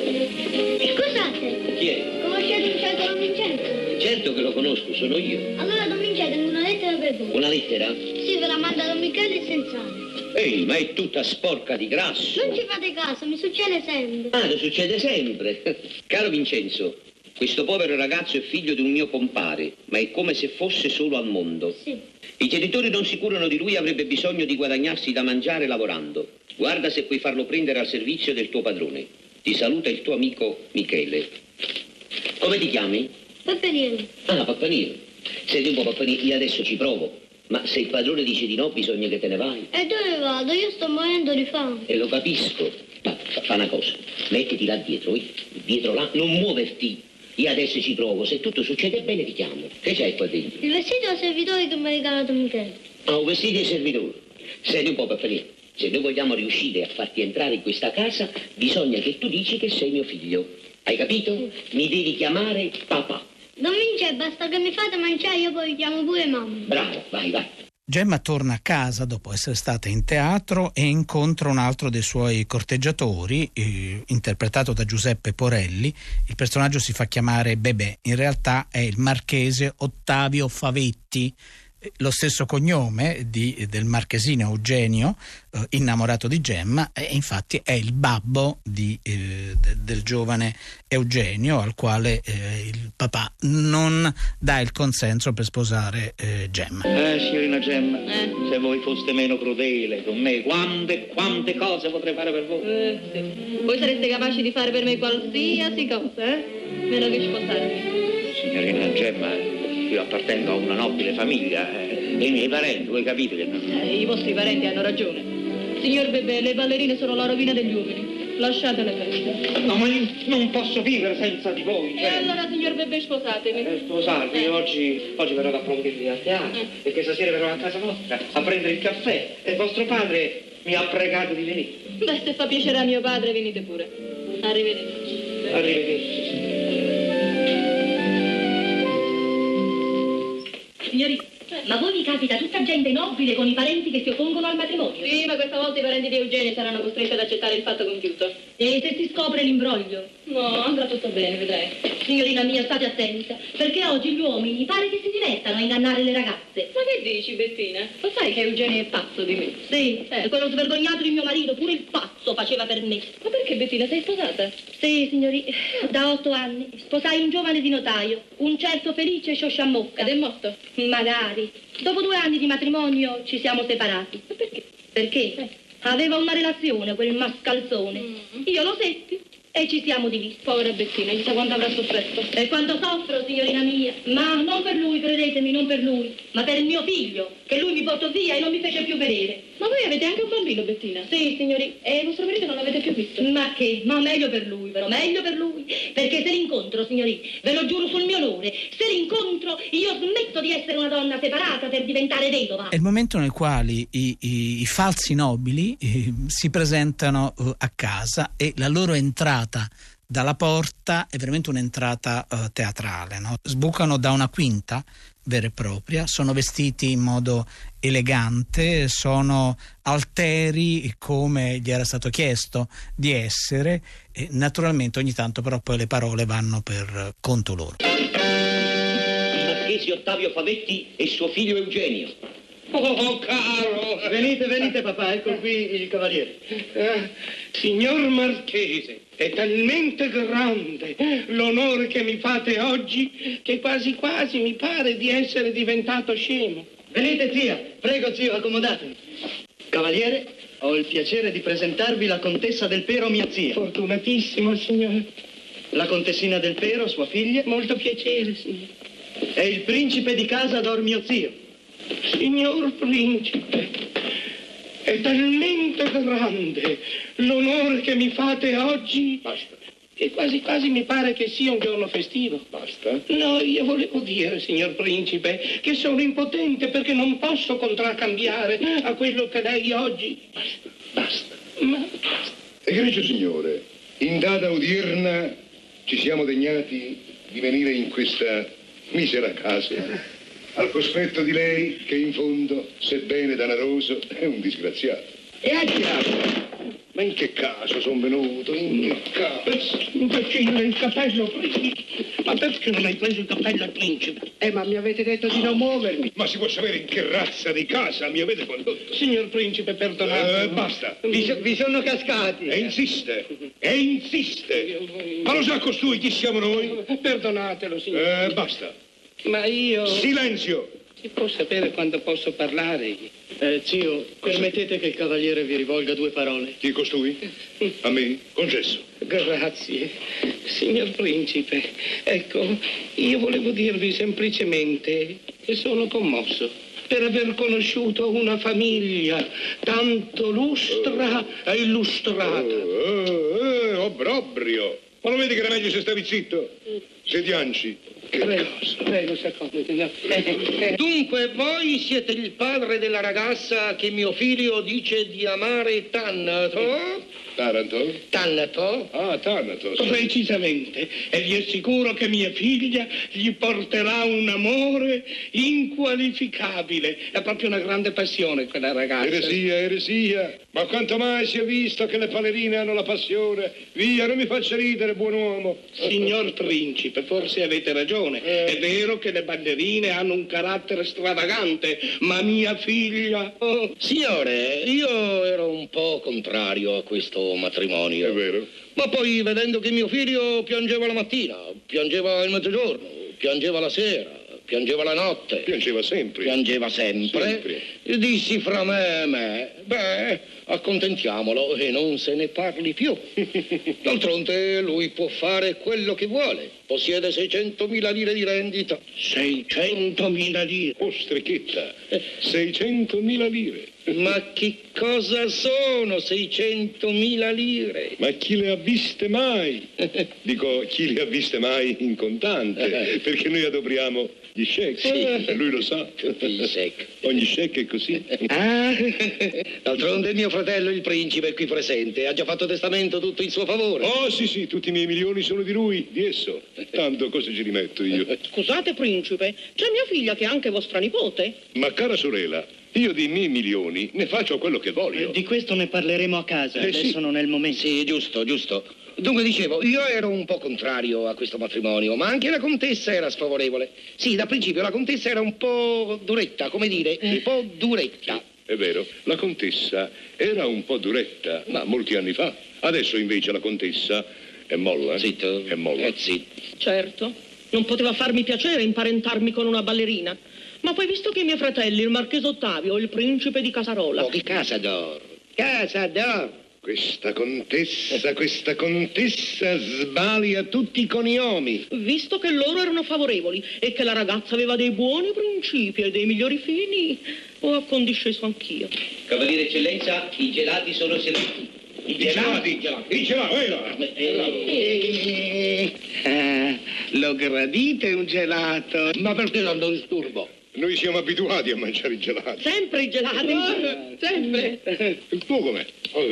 Scusate.
Chi è?
Conoscete un certo Don Vincenzo?
Certo che lo conosco, sono io.
Allora Don Vincenzo, tengo una lettera per voi.
Una lettera?
Sì, ve la manda Don Michele il Sensale.
Ehi, ma è tutta sporca di grasso.
Non ci fate caso, mi succede sempre.
Ah, lo succede sempre. Caro Vincenzo, questo povero ragazzo è figlio di un mio compare, ma è come se fosse solo al mondo.
Sì.
I genitori non si curano di lui, avrebbe bisogno di guadagnarsi da mangiare lavorando. Guarda se puoi farlo prendere al servizio del tuo padrone. Ti saluta il tuo amico Michele. Come ti chiami?
Pappaniello.
Ah, Pappaniello. Senti un po', Pappaniello, io adesso ci provo. Ma se il padrone dice di no, bisogna che te ne vai.
E dove vado? Io sto morendo di fame.
E lo capisco. Ma fa una cosa. Mettiti là dietro, dietro là, non muoverti. Io adesso ci provo. Se tutto succede bene, ti chiamo. Che c'hai qua dentro?
Il vestito da servitore che mi ha regalato Michele.
Ah, un vestito di servitore. Senti un po', Pappaniello. Se noi vogliamo riuscire a farti entrare in questa casa, bisogna che tu dici che sei mio figlio. Hai capito? Sì. Mi devi chiamare papà.
Don Vincenzo, basta che mi fate mangiare, io poi chiamo pure mamma.
Bravo, vai.
Gemma torna a casa dopo essere stata in teatro e incontra un altro dei suoi corteggiatori, interpretato da Giuseppe Porelli. Il personaggio si fa chiamare Bebè, in realtà è il marchese Ottavio Favetti, lo stesso cognome del marchesino Eugenio, innamorato di Gemma, e infatti è il babbo del giovane Eugenio, al quale il papà non dà il consenso per sposare Gemma.
Signorina Gemma, se voi foste meno crudele con me, quante cose potrei fare per voi?
Sì. Voi sareste capaci di fare per me qualsiasi cosa, meno che sposarmi.
Signorina Gemma, io appartengo a una nobile famiglia e i miei parenti, voi capite che non...
I vostri parenti hanno ragione. Signor Bebè, le ballerine sono la rovina degli uomini. lasciatele perdere.
No, ma io non posso vivere senza di voi.
E allora, signor Bebè, sposatemi.
Sposarvi, oggi verrò ad approfondirvi al teatro e questa sera verrò a casa vostra a prendere il caffè e vostro padre mi ha pregato di venire.
Beh, se fa piacere a mio padre, venite pure. Arrivederci.
Arrivederci.
Signori, ma voi vi capita tutta gente nobile con i parenti che si oppongono al matrimonio?
Sì, ma questa volta i parenti di Eugenio saranno costretti ad accettare il fatto compiuto.
E se si scopre l'imbroglio?
No, andrà tutto bene, vedrai.
Signorina mia, state attenta, perché oggi gli uomini pare che si divertano a ingannare le ragazze.
Ma che dici, Bettina? Lo sai che Eugenio è pazzo di me?
Sì, quello svergognato di mio marito, pure il pazzo faceva per me.
Ma perché, Bettina, sei sposata?
Sì, signori, da 8 anni sposai un giovane di notaio, un certo Felice Sciosciamocca.
Ed è morto?
Magari. Dopo 2 anni di matrimonio ci siamo separati.
Ma perché?
Perché? Aveva una relazione, quel mascalzone. Io lo seppi e ci siamo divisi.
Povera Bettina, chissà quanto avrà sofferto.
E quanto soffro, signorina mia. Ma non per lui, credetemi, non per lui, ma per il mio figlio, che lui mi portò via e non mi fece più vedere.
Ma voi avete anche un bambino, Bettina?
Sì, signori.
E vostro marito non l'avete più visto?
Ma che? Ma meglio per lui, però, meglio per lui. Perché se l'incontro, signori, ve lo giuro sul mio onore, se l'incontro io smetto di essere una donna separata per diventare vedova.
È il momento nel quale i falsi nobili si presentano a casa e la loro entrata dalla porta è veramente un'entrata teatrale, no? Sbucano da una quinta vera e propria, sono vestiti in modo elegante, sono alteri come gli era stato chiesto di essere e naturalmente ogni tanto però poi le parole vanno per conto loro.
Il marchese Ottavio Favetti e suo figlio Eugenio.
Oh, caro!
Venite papà, ecco qui il cavaliere.
Signor Marchese, è talmente grande l'onore che mi fate oggi che quasi quasi mi pare di essere diventato scemo.
Venite zia, prego zio, accomodatevi. Cavaliere, ho il piacere di presentarvi la contessa del Pero, mia zia.
Fortunatissimo, signore.
La contessina del Pero, sua figlia.
Molto piacere, signore.
E il principe di casa d'Or, mio zio.
Signor Principe, è talmente grande l'onore che mi fate oggi.
Basta.
Che quasi quasi mi pare che sia un giorno festivo.
Basta.
No, io volevo dire, signor Principe, che sono impotente perché non posso contraccambiare a quello che lei oggi...
Basta.
Ma...
Egregio signore, in data odierna ci siamo degnati di venire in questa misera casa al cospetto di lei che in fondo, sebbene danaroso, è un disgraziato.
E andiamo.
Ma in che caso sono venuto? In che caso?
Imbecille, il cappello, Principe. Ma perché non hai preso il cappello al Principe?
Ma mi avete detto di non muovermi. Ma si può sapere in che razza di casa mi avete condotto?
Signor Principe, perdonate.
Basta.
Vi sono cascati.
E insiste. Ma lo sa costui chi siamo noi?
Perdonatelo, signor.
Basta.
Ma io...
Silenzio!
Si può sapere quando posso parlare?
Zio, permettete che il cavaliere vi rivolga 2 parole.
Chi costui? A me? Concesso.
Grazie. Signor Principe, ecco, io volevo dirvi semplicemente che sono commosso per aver conosciuto una famiglia tanto lustra e illustrata.
Obbrobrio. Ma lo vedi che era meglio se stavi zitto? Sedianci.
Prego, secondo.
Dunque, voi siete il padre della ragazza che mio figlio dice di amare tanto?
Taranto?
Tanto?
Ah, Taranto. Sì.
Precisamente. E vi assicuro che mia figlia gli porterà un amore inqualificabile. È proprio una grande passione quella ragazza.
Eresia. Ma quanto mai si è visto che le ballerine hanno la passione? Via, non mi faccia ridere, buon uomo.
Signor Principe, forse avete ragione. È vero che le ballerine hanno un carattere stravagante, ma mia figlia... Oh.
Signore, io ero un po' contrario a questo matrimonio.
È vero.
Ma poi, vedendo che mio figlio piangeva la mattina, piangeva il mezzogiorno, piangeva la sera, piangeva la notte.
Piangeva sempre.
Piangeva sempre. Dissi fra me e me, accontentiamolo e non se ne parli più. D'altronde lui può fare quello che vuole. Possiede 600.000 lire di rendita.
600.000 lire?
Oh, strechetta. 600.000 lire.
Ma che cosa sono 600.000 lire?
Ma chi le ha viste mai? Dico, chi le ha viste mai in contante? Perché noi adoperiamo gli check.
Sì.
E lui lo sa.
Tutti gli check.
Ogni check è così.
D'altronde mio fratello il principe è qui presente. Ha già fatto testamento tutto in suo favore.
Oh sì, tutti i miei milioni sono di lui, di esso. Tanto cosa ci rimetto io?
Scusate, principe, c'è mia figlia che è anche vostra nipote.
Ma cara sorella, io dei miei milioni ne faccio quello che voglio.
Di questo ne parleremo a casa, adesso
sì.
non è il momento.
Sì, giusto. Dunque dicevo, io ero un po' contrario a questo matrimonio, ma anche la contessa era sfavorevole. Sì, da principio la contessa era un po' duretta, come dire, un po' duretta.
È vero, la contessa era un po' duretta, ma molti anni fa. Adesso invece la contessa è molla.
Zitto.
È molla.
Zitto.
Certo, non poteva farmi piacere imparentarmi con una ballerina. Ma poi visto che i miei fratelli, il marchese Ottavio, il principe di Casarola...
Oh, che casa d'oro. Casa d'oro.
Questa contessa sbalia tutti i cognomi.
Visto che loro erano favorevoli e che la ragazza aveva dei buoni principi e dei migliori fini, ho accondisceso anch'io.
Cavaliere Eccellenza, i gelati sono serviti.
I gelati.
Lo gradite un gelato? Ma perché tanto disturbo?
Noi siamo abituati a mangiare i gelati.
Sempre i gelati, sempre.
Il tuo com'è?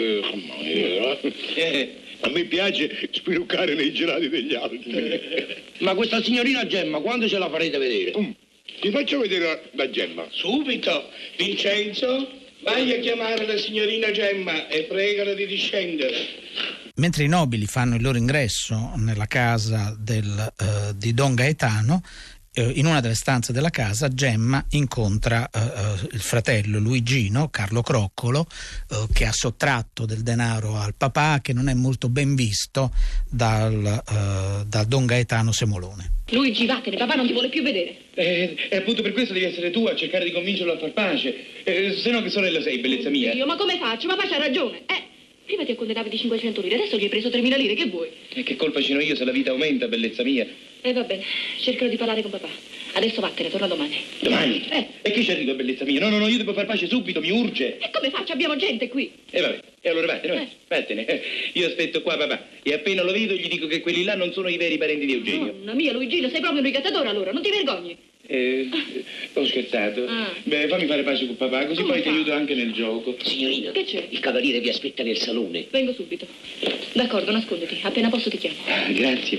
A me piace spiluccare nei gelati degli altri.
Ma questa signorina Gemma, quando ce la farete vedere?
Ti faccio vedere la Gemma.
Subito. Vincenzo, vai a chiamare la signorina Gemma e pregala di discendere.
Mentre i nobili fanno il loro ingresso nella casa di Don Gaetano, in una delle stanze della casa Gemma incontra il fratello Luigino, Carlo Croccolo, che ha sottratto del denaro al papà, che non è molto ben visto da Don Gaetano Semolone.
Luigi, vattene, papà non ti vuole più vedere.
E appunto per questo devi essere tu a cercare di convincerlo a far pace. Se no che sorella sei, bellezza mia?
Io, ma come faccio? Papà c'ha ragione. Prima ti accontenavi di 500 lire, adesso gli hai preso 3.000 lire, che vuoi?
E che colpa ce n'ho io se la vita aumenta, bellezza mia?
Va bene, cercherò di parlare con papà. Adesso vattene, torna domani.
Domani? E che ci arriva, bellezza mia? No, io devo far pace subito, mi urge.
E come faccio? Abbiamo gente qui.
E vabbè, e allora vattene. Io aspetto qua, papà. E appena lo vedo gli dico che quelli là non sono i veri parenti di Eugenio.
Nonna mia, Luigino, sei proprio un ricattatore allora, non ti vergogni?
Ho scherzato. Beh, fammi fare pace con papà, così
Come
poi ti
fa?
aiuto anche nel gioco.
Signorina,
Che c'è?
il cavaliere vi aspetta nel salone.
Vengo subito. D'accordo, nasconditi. Appena posso ti chiamo.
Grazie.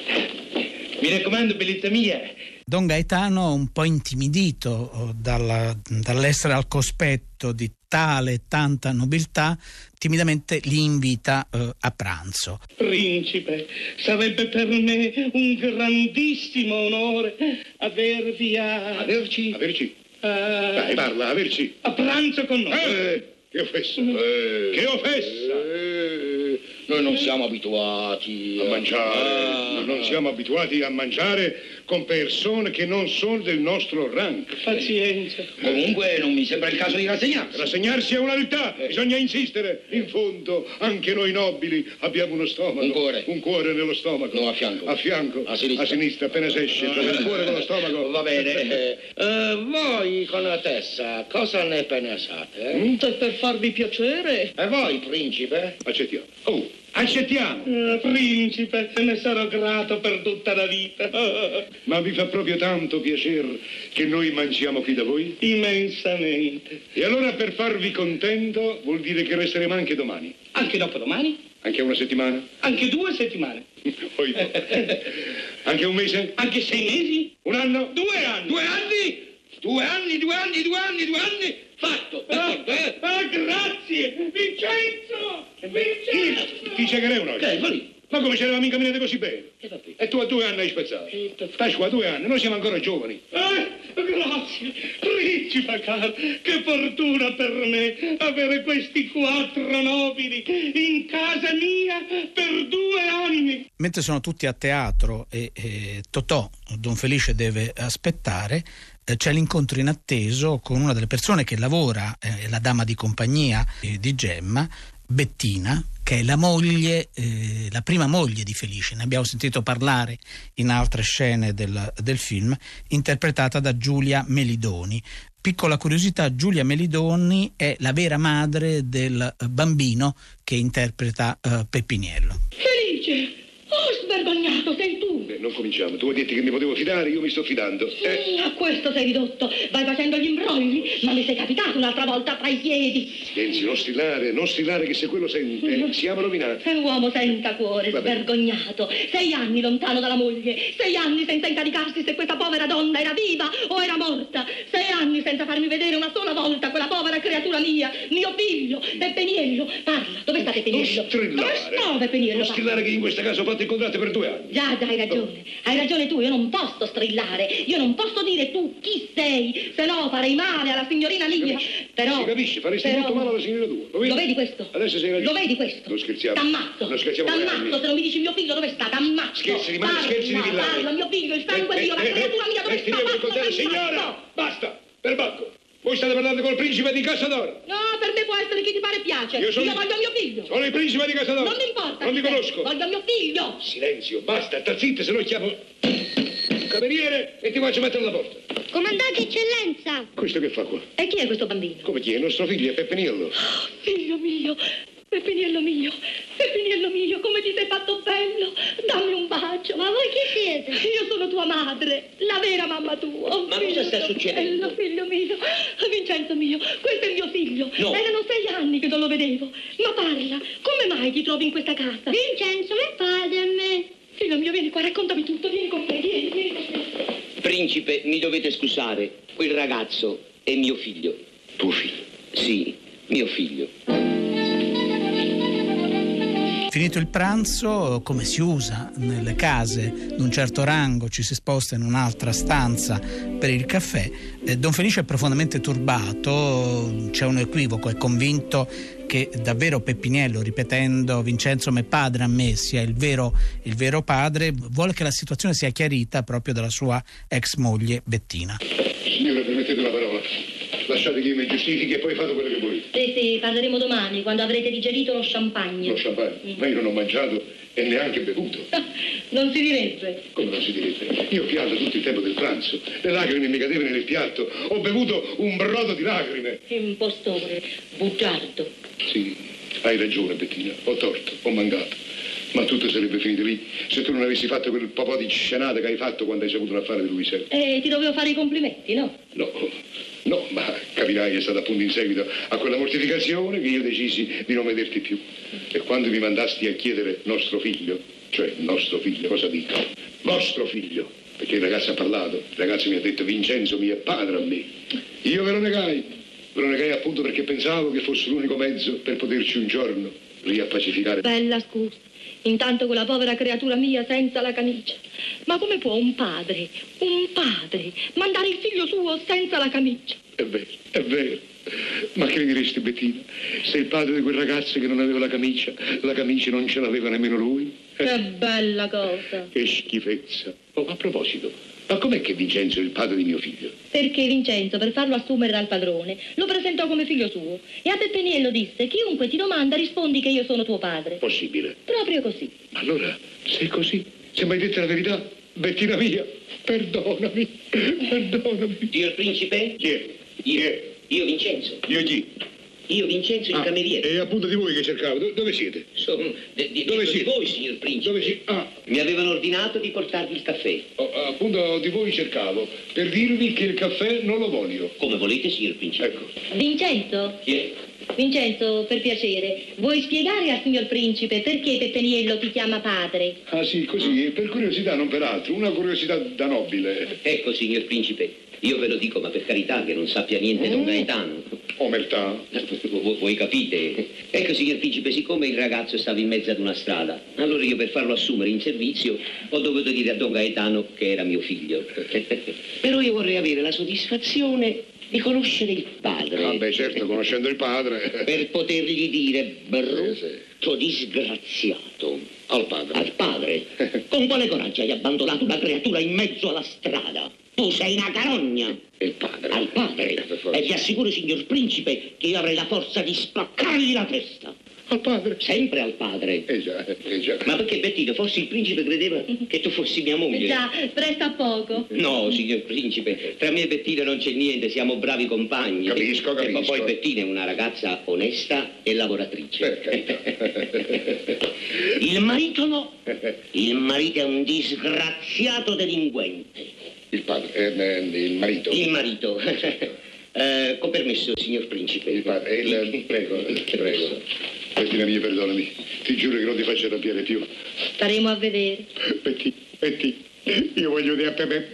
Mi raccomando, bellezza mia.
Don Gaetano, un po' intimidito dall'essere al cospetto di tale e tanta nobiltà, timidamente li invita a pranzo.
Principe, sarebbe per me un grandissimo onore avervi
Averci? Dai, parla, averci.
a pranzo con noi.
Che offesa. Che offesa.
Noi non siamo abituati
A mangiare. Non siamo abituati a mangiare con persone che non sono del nostro rank.
Pazienza.
Comunque non mi sembra il caso di rassegnarsi.
Rassegnarsi è una verità, bisogna insistere. In fondo, anche noi nobili abbiamo uno stomaco.
Un cuore.
Un cuore nello stomaco.
No, a fianco.
A fianco.
A sinistra.
Appena si esce. Il cuore con lo stomaco.
Va bene. Voi con la testa cosa ne pensate?
Per farvi piacere.
E voi, principe?
Accettiamo. Accettiamo.
Principe, ne sarò grato per tutta la vita.
Ma vi fa proprio tanto piacere che noi mangiamo qui da voi?
Immensamente.
E allora per farvi contento vuol dire che resteremo anche domani.
Anche dopodomani?
Anche una settimana?
Anche 2 settimane?
Poi anche un mese?
Anche 6 mesi?
Un anno?
2 anni?
2 anni? 2 anni, 2 anni, 2 anni, 2 anni? Fatto, d'accordo,
grazie! Vincenzo!
Ti ciecherei un occhio.
Che fa lì?
Ma come ci eravamo incamminati così bene?
Vabbè.
E tu a 2 anni hai spezzato. Stai qua 2 anni, noi siamo ancora giovani.
Grazie, principe caro, che fortuna per me avere questi 4 nobili in casa mia per 2 anni.
Mentre sono tutti a teatro e Totò, Don Felice, deve aspettare, c'è l'incontro inatteso con una delle persone che lavora, la dama di compagnia di Gemma, Bettina, che è la moglie, la prima moglie di Felice. Ne abbiamo sentito parlare in altre scene del film, interpretata da Giulia Melidoni. Piccola curiosità, Giulia Melidoni è la vera madre del bambino che interpreta Peppiniello.
Felice! Oh, svergognato, sei tu!
Non cominciamo, tu hai detto che mi potevo fidare, io mi sto fidando.
A questo sei ridotto, vai facendo gli imbrogli, ma mi sei capitato un'altra volta tra i piedi.
Silenzio, non strillare che se quello sente, siamo rovinati.
È un uomo senza cuore,
Vabbè.
Svergognato, 6 anni lontano dalla moglie, 6 anni senza incaricarsi se questa povera donna era viva o era morta, 6 anni senza farmi vedere una sola volta quella povera creatura mia, mio figlio, Peppiniello. Parla, dove sta Peppiniello?
Non strillare.
Dove sta Peppiniello?
Non strillare che in questa casa ho fatto incontrate per 2 anni.
Già, hai ragione tu, io non posso strillare, io non posso dire tu chi sei, se no farei male alla signorina mia. Però,
si capisce, faresti molto male alla signora tua.
Lo vedi questo?
Adesso sei ragione.
Lo vedi questo?
Non scherziamo.
T'ammazzo.
Non scherziamo.
T'ammazzo, se non mi dici mio figlio dove sta, t'ammazzo.
Scherzi di male, scherzi di villare.
Parla, mio figlio, il sangue Dio, la creatura mia dove sta? Basta,
signora, basta, perbacco. Voi state parlando col principe di Casa d'Oro.
No, per me può essere chi ti pare piace. Io voglio mio figlio.
Sono il principe di Casa d'Oro.
Non mi importa.
Non ti conosco.
Voglio mio figlio.
Silenzio, basta, sta zitta, se no chiamo un cameriere e ti faccio mettere alla porta.
Comandante, eccellenza!
Questo che fa qua?
E chi è questo bambino?
Come chi è? Il nostro figlio, è Peppiniello.
Oh, figlio mio, Peppiniello mio, come ti sei fatto bello. Dammi un bacio.
Ma voi chi siete?
Io sono tua madre, la vera mamma tua. Oh,
Ma cosa sta succedendo?
Figlio mio, Vincenzo mio, questo è mio figlio.
No.
Erano 6 anni che non lo vedevo. Ma parla, come mai ti trovi in questa casa?
Vincenzo, ma padre a me.
Figlio mio, vieni qua, raccontami tutto, vieni con me, vieni con me.
Principe, mi dovete scusare, quel ragazzo è mio figlio.
Tuo figlio?
Sì, mio figlio.
Finito il pranzo, come si usa nelle case di un certo rango, ci si sposta in un'altra stanza per il caffè. Don Felice è profondamente turbato, c'è un equivoco, è convinto che davvero Peppiniello, ripetendo Vincenzo me padre a me, sia il vero padre. Vuole che la situazione sia chiarita proprio dalla sua ex moglie Bettina.
Signora, permettete una parola. Lasciate che io mi giustifichi e poi fate quello che volete.
Sì, parleremo domani, quando avrete digerito lo champagne.
Lo champagne? Ma io non ho mangiato e neanche bevuto.
Non si direbbe.
Come non si direbbe? Io ho pianto tutto il tempo del pranzo. Le lacrime mi cadevano nel piatto. Ho bevuto un brodo di lacrime.
Impostore, bugiardo.
Sì, hai ragione, Bettina. Ho torto, ho mancato. Ma tutto sarebbe finito lì se tu non avessi fatto quel po' di scenate che hai fatto quando hai saputo l'affare di Luisa.
Ti dovevo fare i complimenti, no?
No, ma capirai che è stato appunto in seguito a quella mortificazione che io decisi di non vederti più. E quando mi mandasti a chiedere nostro figlio, cosa dico? Vostro figlio, perché il ragazzo ha parlato, il ragazzo mi ha detto Vincenzo mi è padre a me. Io ve lo negai appunto perché pensavo che fosse l'unico mezzo per poterci un giorno riappacificare.
Bella scusa, intanto quella povera creatura mia senza la camicia. Ma come può un padre mandare il figlio suo senza la camicia?
È vero. Ma che ne diresti, Bettina? Se il padre di quel ragazzo che non aveva la camicia non ce l'aveva nemmeno lui?
Che bella cosa.
Che schifezza. Oh, a proposito, ma com'è che Vincenzo è il padre di mio figlio?
Perché Vincenzo, per farlo assumere dal padrone, lo presentò come figlio suo. E a Peppiniello disse, chiunque ti domanda rispondi che io sono tuo padre.
Possibile.
Proprio così.
Ma allora, se è così, se mi hai detto la verità, Bettina mia, perdonami.
Io il principe?
Chi è?
Io Vincenzo.
Io chi?
Io Vincenzo il cameriere.
E appunto di voi che cercavo. Dove siete?
Sono
Dove siete?
di voi, signor principe. Mi avevano ordinato di portarvi il caffè.
Appunto di voi cercavo, per dirvi che il caffè non lo voglio.
Come volete, signor principe.
Ecco.
Vincenzo?
Chi è?
Vincenzo, per piacere, vuoi spiegare al signor principe perché Peppiniello ti chiama padre?
Ah sì, così, per curiosità, non per altro, una curiosità da nobile.
Ecco, signor principe, io ve lo dico, ma per carità che non sappia niente Don Gaetano.
Omertà.
Voi capite? Ecco, signor principe, siccome il ragazzo stava in mezzo ad una strada, allora io per farlo assumere in servizio ho dovuto dire a Don Gaetano che era mio figlio. Però io vorrei avere la soddisfazione di conoscere il padre.
Ah beh, certo, conoscendo il padre.
Per potergli dire, brutto disgraziato.
Al padre.
Con quale coraggio hai abbandonato una creatura in mezzo alla strada? Tu sei una carogna.
Il padre.
Al padre. E vi assicuro, signor principe, che io avrei la forza di spaccargli la testa.
Al padre.
Sempre al padre.
Già.
Ma perché, Bettino, forse il principe credeva che tu fossi mia moglie?
Già, presta a poco.
No, signor principe, tra me e Bettina non c'è niente, siamo bravi compagni.
Capisco.
E poi Bettina è una ragazza onesta e lavoratrice. Il marito no. Il marito è un disgraziato delinquente.
Il padre, il marito.
Il marito. Con permesso, signor principe.
Il padre, prego. Bettina mia, perdonami. Ti giuro che non ti faccio arrabbiare più.
Staremo a vedere.
Betty, io voglio dire a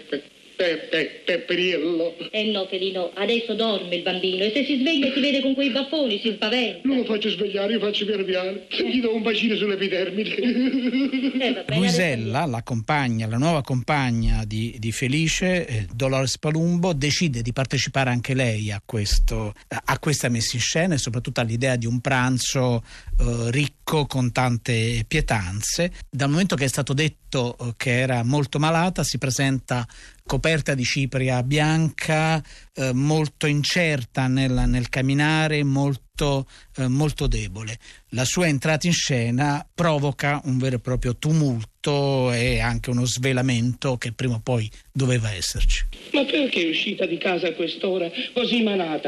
Pepperiello.
No, Felino, adesso dorme il bambino e se si sveglia e ti vede con quei baffoni si spaventa.
Non lo faccio svegliare, io faccio piano. Gli do un bacino sull'epidermide.
Luisella, la nuova compagna di Felice, Dolores Palumbo, decide di partecipare anche lei a questa messa in scena e soprattutto all'idea di un pranzo ricco con tante pietanze. Dal momento che è stato detto che era molto malata, si presenta coperta di cipria bianca, molto incerta nel camminare, molto debole. La sua entrata in scena provoca un vero e proprio tumulto e anche uno svelamento che prima o poi doveva esserci.
Ma perché è uscita di casa a quest'ora così malata?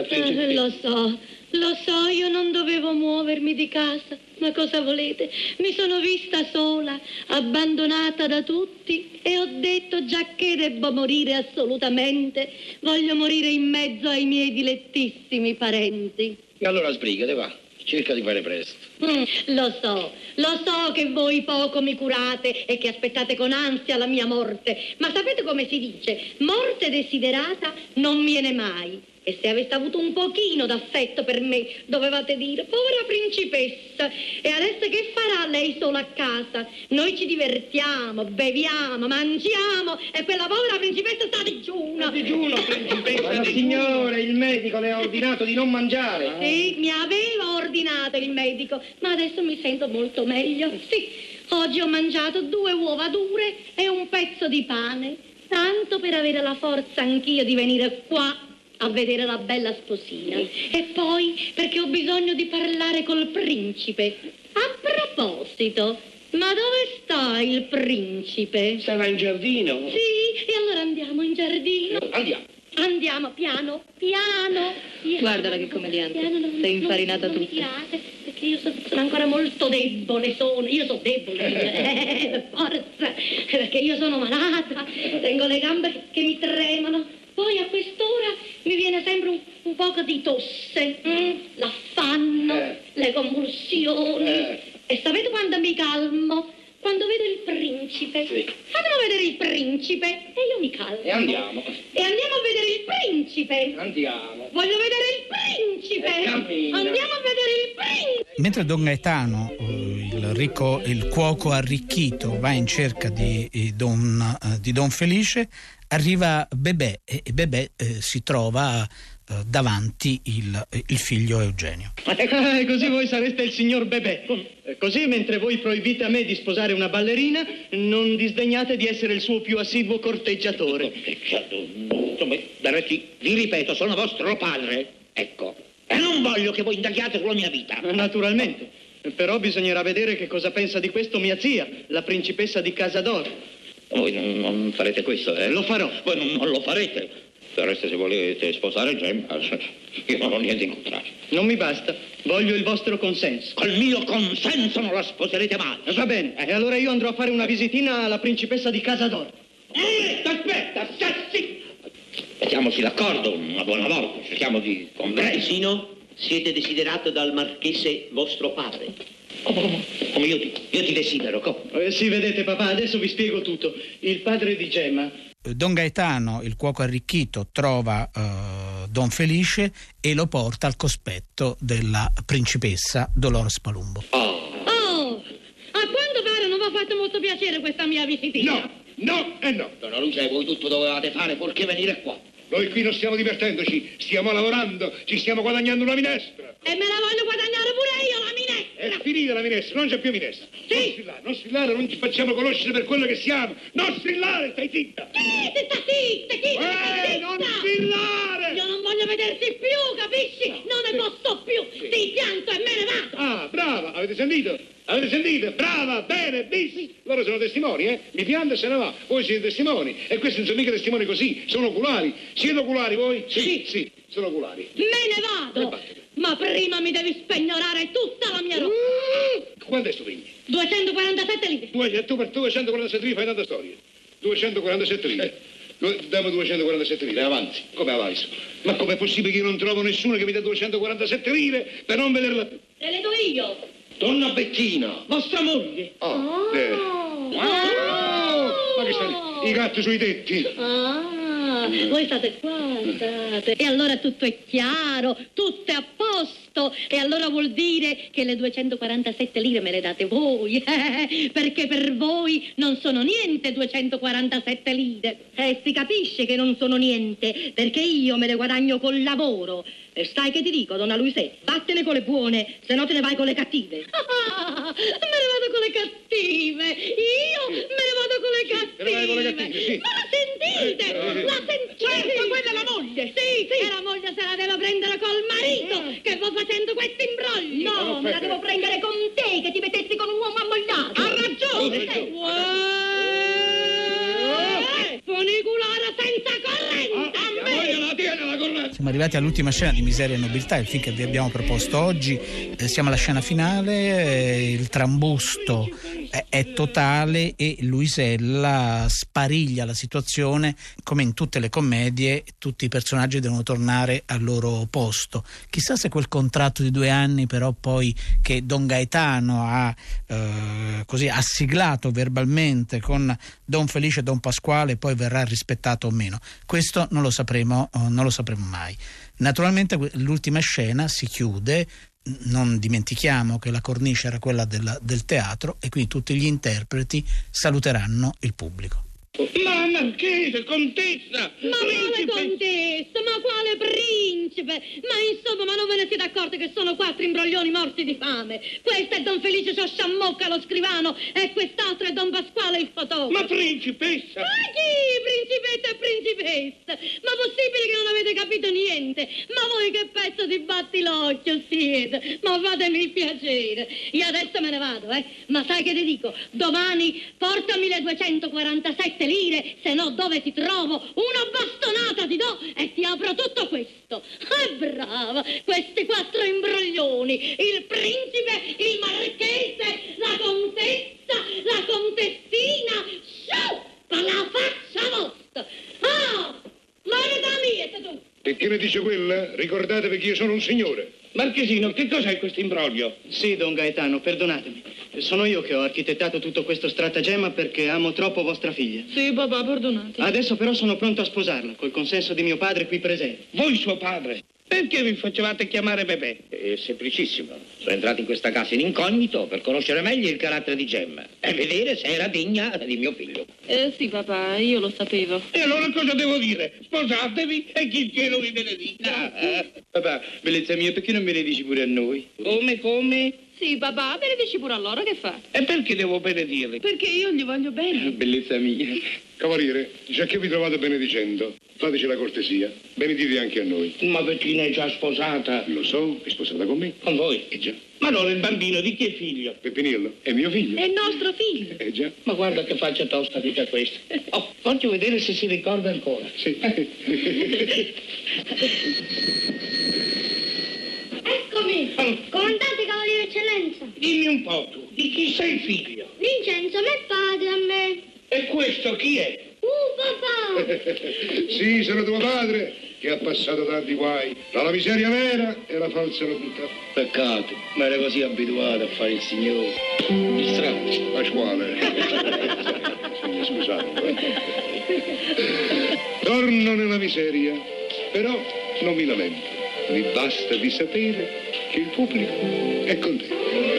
Lo so, io non dovevo muovermi di casa, ma cosa volete? Mi sono vista sola, abbandonata da tutti e ho detto, giacché debbo morire assolutamente, voglio morire in mezzo ai miei dilettissimi parenti.
E allora sbrigate, va. Cerca di fare presto.
Lo so che voi poco mi curate e che aspettate con ansia la mia morte, ma sapete come si dice? Morte desiderata non viene mai. E se aveste avuto un pochino d'affetto per me, dovevate dire, povera principessa, e adesso che farà lei sola a casa? Noi ci divertiamo, beviamo, mangiamo, e quella povera principessa sta a digiuno.
Principessa, signore, il medico le ha ordinato di non mangiare.
Sì, mi aveva ordinato il medico, ma adesso mi sento molto meglio. Sì, oggi ho mangiato 2 uova dure e un pezzo di pane, tanto per avere la forza anch'io di venire qua a vedere la bella sposina. E poi perché ho bisogno di parlare col principe. A proposito, ma dove sta il principe?
Sarà in giardino.
Sì, e allora andiamo in giardino. Andiamo, piano.
Guardala che comediante. Sei infarinata
tutta. Perché io sono ancora molto debole, io sono debole, per forza, perché io sono malata, tengo le gambe che mi tremano. Poi a quest'ora mi viene sempre un poco di tosse, l'affanno, le convulsioni. E sapete quando mi calmo? Quando vedo il principe.
Sì.
Fatemi vedere il principe e io mi calmo.
E andiamo.
E andiamo a vedere il principe.
Andiamo.
Voglio vedere il principe.
Cammina.
Andiamo a vedere il principe.
Mentre Don Gaetano, il cuoco arricchito, va in cerca di Don Felice, arriva Bebè e Bebè si trova davanti il figlio Eugenio.
Così voi sareste il signor Bebè. Così, mentre voi proibite a me di sposare una ballerina, non disdegnate di essere il suo più assiduo corteggiatore.
Berretti, vi ripeto, sono vostro padre. Ecco. E non voglio che voi indaghiate sulla mia vita.
Naturalmente. Però bisognerà vedere che cosa pensa di questo mia zia, la principessa di Casador.
Voi non farete questo, eh?
Lo farò.
Voi non lo farete. Del resto, se volete sposare Gemma, io non ho niente in contrario.
Non mi basta. Voglio il vostro consenso.
Col mio consenso non la sposerete mai.
Va bene. E allora io andrò a fare una visitina alla principessa di Casador.
Aspetta, sì. Mettiamoci d'accordo una buona volta. Cerchiamo di comprensino. Siete desiderato dal marchese vostro padre. Come io ti desidero, come?
Sì, vedete papà, adesso vi spiego tutto. Il padre di Gemma.
Don Gaetano, il cuoco arricchito, trova Don Felice e lo porta al cospetto della principessa Dolores Palumbo.
Oh, a quanto pare non vi ha fatto molto piacere questa mia visitina.
No.
Donna Lucia, voi tutto dovevate fare purché venire qua.
Noi qui non stiamo divertendoci, stiamo lavorando, ci stiamo guadagnando una minestra.
E me la voglio guadagnare pure io, la minestra.
È finita la minestra, non c'è più minestra.
Sì.
Non strillare, non ci facciamo conoscere per quello che siamo. Non strillare, stai zitta.
Sta zitta.
Non strillare.
Io non voglio vederti più, capisci? Non ne posso più. Ti pianto e me ne vado.
Ah, brava, avete sentito? Avete sentito? Brava, bene, bis! Loro sono testimoni, mi pianta e se ne va. Voi siete testimoni. E questi non sono mica testimoni così, sono oculari. Siete oculari voi? Sì, sono oculari.
Me ne vado! Ma prima mi devi spegnorare tutta la mia roba.
Quanto è sto pigno?
247 lire.
Tu per 247 lire fai tanta storia. 247 lire. Dammi 247 lire, avanzi. Come avanzi? Ma com'è possibile che io non trovo nessuno che mi dà 247 lire per non vederla più?
Te le do io.
Donna Bettina.
Vostra moglie.
Ma che stanno i gatti sui tetti?
Voi state qua, state. E allora tutto è chiaro, tutto è a posto. E allora vuol dire che le 247 lire me le date voi. Perché per voi non sono niente 247 lire. Si capisce che non sono niente, perché io me le guadagno col lavoro. E stai che ti dico, donna Luisè, vattene con le buone, se no te ne vai con le cattive. Me ne vado con le cattive. Io me ne vado con le cattive.
Te ne vai con le cattive, sì.
Ma la sentite? La sentite?
Certo, quella è la moglie.
Sì. E la moglie se la deve prendere col marito, che va facendo questo imbroglio. No, me la devo prendere con te, che ti mettessi con un uomo ammogliato.
Ha ragione.
Funicolare senza corrente.
Siamo arrivati all'ultima scena di Miseria e Nobiltà, il film che vi abbiamo proposto oggi. Siamo alla scena finale, il trambusto è totale e Luisella spariglia la situazione. Come in tutte le commedie, tutti i personaggi devono tornare al loro posto. Chissà se quel contratto di 2 anni però poi che Don Gaetano ha siglato verbalmente con Don Felice e Don Pasquale poi verrà rispettato o meno. Questo non lo sapremo mai. Naturalmente l'ultima scena si chiude, non dimentichiamo che la cornice era quella del teatro e quindi tutti gli interpreti saluteranno il pubblico.
Ma marchese, contessa!
Ma quale contessa? Ma quale principe? Ma insomma, ma non ve ne siete accorti che sono 4 imbroglioni morti di fame? Questo è Don Felice Sciosciammocca, lo scrivano, e quest'altro è Don Pasquale, il fotografo.
Ma principessa!
Ma chi? Principetta e principessa? Ma possibile che non avete capito niente? Ma voi che pezzo di battilocchio siete? Ma fatemi il piacere. Io adesso me ne vado, Ma sai che ti dico? Domani portami le 247 lire, se no dove ti trovo? Una bastonata ti do e ti apro tutto questo. Brava, questi 4 imbroglioni, il principe, il marchese, la contessa, la contessina, su, con la faccia vostra. Marità mia, sei tu.
E che ne dice quella? Ricordatevi che io sono un signore.
Marchesino, che cos'è questo imbroglio?
Sì, Don Gaetano, perdonatemi. Sono io che ho architettato tutto questo stratagemma perché amo troppo vostra figlia.
Sì, papà, perdonate.
Adesso però sono pronto a sposarla, col consenso di mio padre qui presente.
Voi suo padre? Perché vi facevate chiamare Bebè?
È semplicissimo. Sono entrato in questa casa in incognito per conoscere meglio il carattere di Gemma e vedere se era degna di mio figlio.
Sì, papà, io lo sapevo.
E allora cosa devo dire? Sposatevi e chi il cielo vi benedica.
Papà, bellezza mia, perché non me ne dici pure a noi?
Come?
Sì, papà, benedici pure a loro, che fa?
E perché devo benedirli?
Perché io gli voglio bene.
Bellezza mia.
Cavaliere, già che vi trovate benedicendo, fateci la cortesia, benedite anche a noi.
Ma Bettina è già sposata.
Lo so, è sposata con me.
Con voi?
Già.
Ma allora il bambino di chi è figlio?
Peppiniello, è mio figlio.
È nostro figlio.
Già.
Ma guarda che faccia tosta dica questa. Faccio vedere se si ricorda ancora.
Sì.
Eccomi. Comandante, cavaliere eccellenza.
Dimmi un po' tu, di chi sei figlio?
Vincenzo, me padre a me.
E questo chi è?
Papà.
Sì, sono tuo padre che ha passato tanti guai, dalla miseria vera e la falsa nobiltà.
Peccato, ma era così abituato a fare il signore. Il strappo.
Pasquale. Scusate. Torno nella miseria, però non mi lamento. Mi basta di sapere che il pubblico è contento.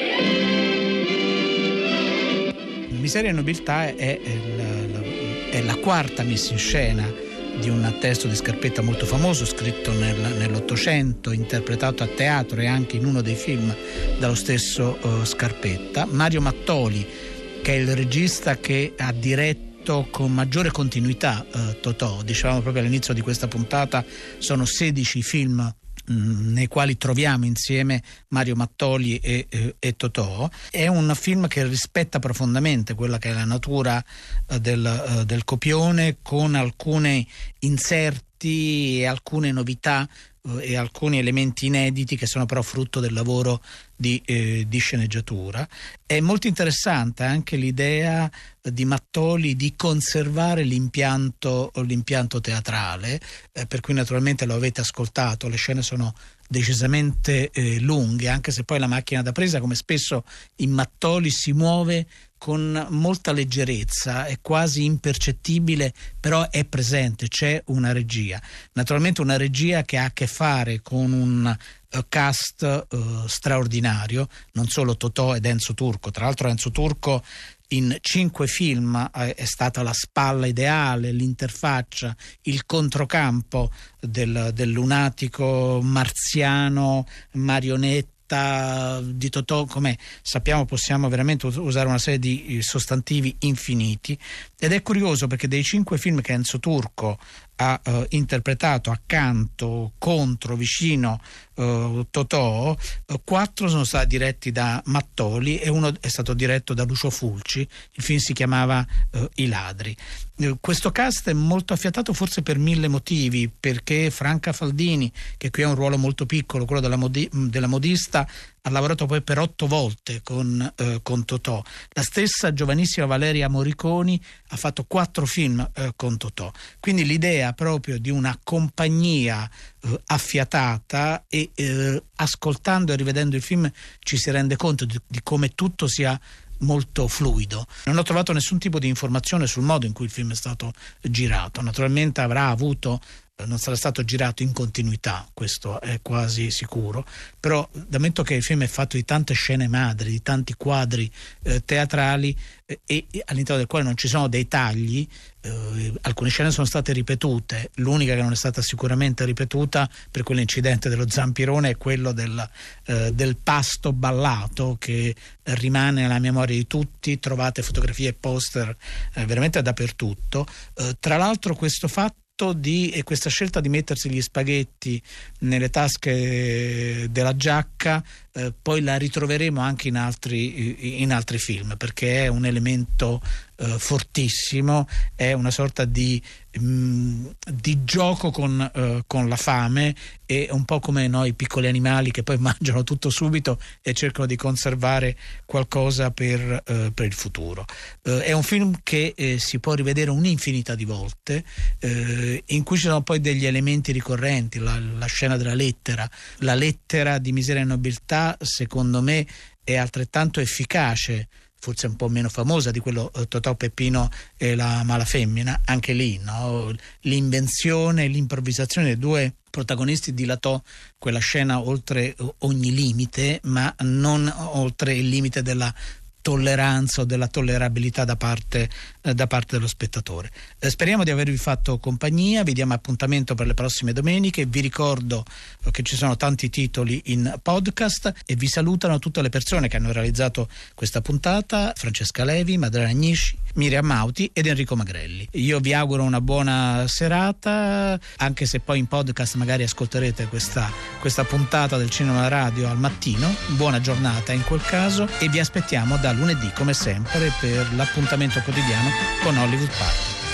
Miseria e Nobiltà è la quarta messa in scena di un testo di Scarpetta molto famoso, scritto nell'Ottocento, interpretato a teatro e anche in uno dei film dallo stesso Scarpetta. Mario Mattoli, che è il regista che ha diretto con maggiore continuità Totò, dicevamo proprio all'inizio di questa puntata, sono 16 film nei quali troviamo insieme Mario Mattoli e Totò. È un film che rispetta profondamente quella che è la natura del copione, con alcuni inserti e alcune novità e alcuni elementi inediti che sono però frutto del lavoro di sceneggiatura. È molto interessante anche l'idea di Mattoli di conservare l'impianto teatrale, per cui naturalmente lo avete ascoltato, le scene sono decisamente lunghe, anche se poi la macchina da presa, come spesso in Mattoli, si muove con molta leggerezza, è quasi impercettibile, però è presente, c'è una regia. Naturalmente una regia che ha a che fare con un cast straordinario, non solo Totò ed Enzo Turco. Tra l'altro Enzo Turco in 5 film è stata la spalla ideale, l'interfaccia, il controcampo del lunatico marziano marionetta di Totò. Come sappiamo, possiamo veramente usare una serie di sostantivi infiniti, ed è curioso perché dei 5 film che Enzo Turco ha interpretato accanto, contro, vicino Totò, 4 sono stati diretti da Mattoli e uno è stato diretto da Lucio Fulci. Il film si chiamava I ladri. Questo cast è molto affiatato forse per 1000 motivi, perché Franca Faldini, che qui ha un ruolo molto piccolo, quello della modista, ha lavorato poi per 8 volte con Totò. La stessa giovanissima Valeria Moriconi ha fatto 4 film con Totò. Quindi l'idea proprio di una compagnia affiatata, e ascoltando e rivedendo il film ci si rende conto di come tutto sia molto fluido. Non ho trovato nessun tipo di informazione sul modo in cui il film è stato girato. Naturalmente non sarà stato girato in continuità, questo è quasi sicuro, però ammetto che il film è fatto di tante scene madri, di tanti quadri teatrali e all'interno del quale non ci sono dei tagli. Alcune scene sono state ripetute, l'unica che non è stata sicuramente ripetuta per quell'incidente dello Zampirone è quello del pasto ballato, che rimane nella memoria di tutti. Trovate fotografie e poster veramente dappertutto. Tra l'altro questo fatto e questa scelta di mettersi gli spaghetti nelle tasche della giacca poi la ritroveremo anche in altri film, perché è un elemento fortissimo, è una sorta di gioco con la fame, e un po' come noi piccoli animali che poi mangiano tutto subito e cercano di conservare qualcosa per il futuro. È un film che si può rivedere un'infinità di volte, in cui ci sono poi degli elementi ricorrenti, la scena della lettera, la lettera di Miseria e Nobiltà, secondo me è altrettanto efficace, forse un po' meno famosa di quello Totò, Peppino e la mala femmina. Anche lì, no? L'invenzione, l'improvvisazione dei 2 protagonisti dilatò quella scena oltre ogni limite, ma non oltre il limite della tolleranza o della tollerabilità da parte dello spettatore. Speriamo di avervi fatto compagnia, vi diamo appuntamento per le prossime domeniche, vi ricordo che ci sono tanti titoli in podcast e vi salutano tutte le persone che hanno realizzato questa puntata: Francesca Levi, Madalena Agnisci, Miriam Mauti ed Enrico Magrelli. Io vi auguro una buona serata, anche se poi in podcast magari ascolterete questa puntata del Cinema Radio al mattino. Buona giornata in quel caso, e vi aspettiamo da lunedì come sempre per l'appuntamento quotidiano con Hollywood Party.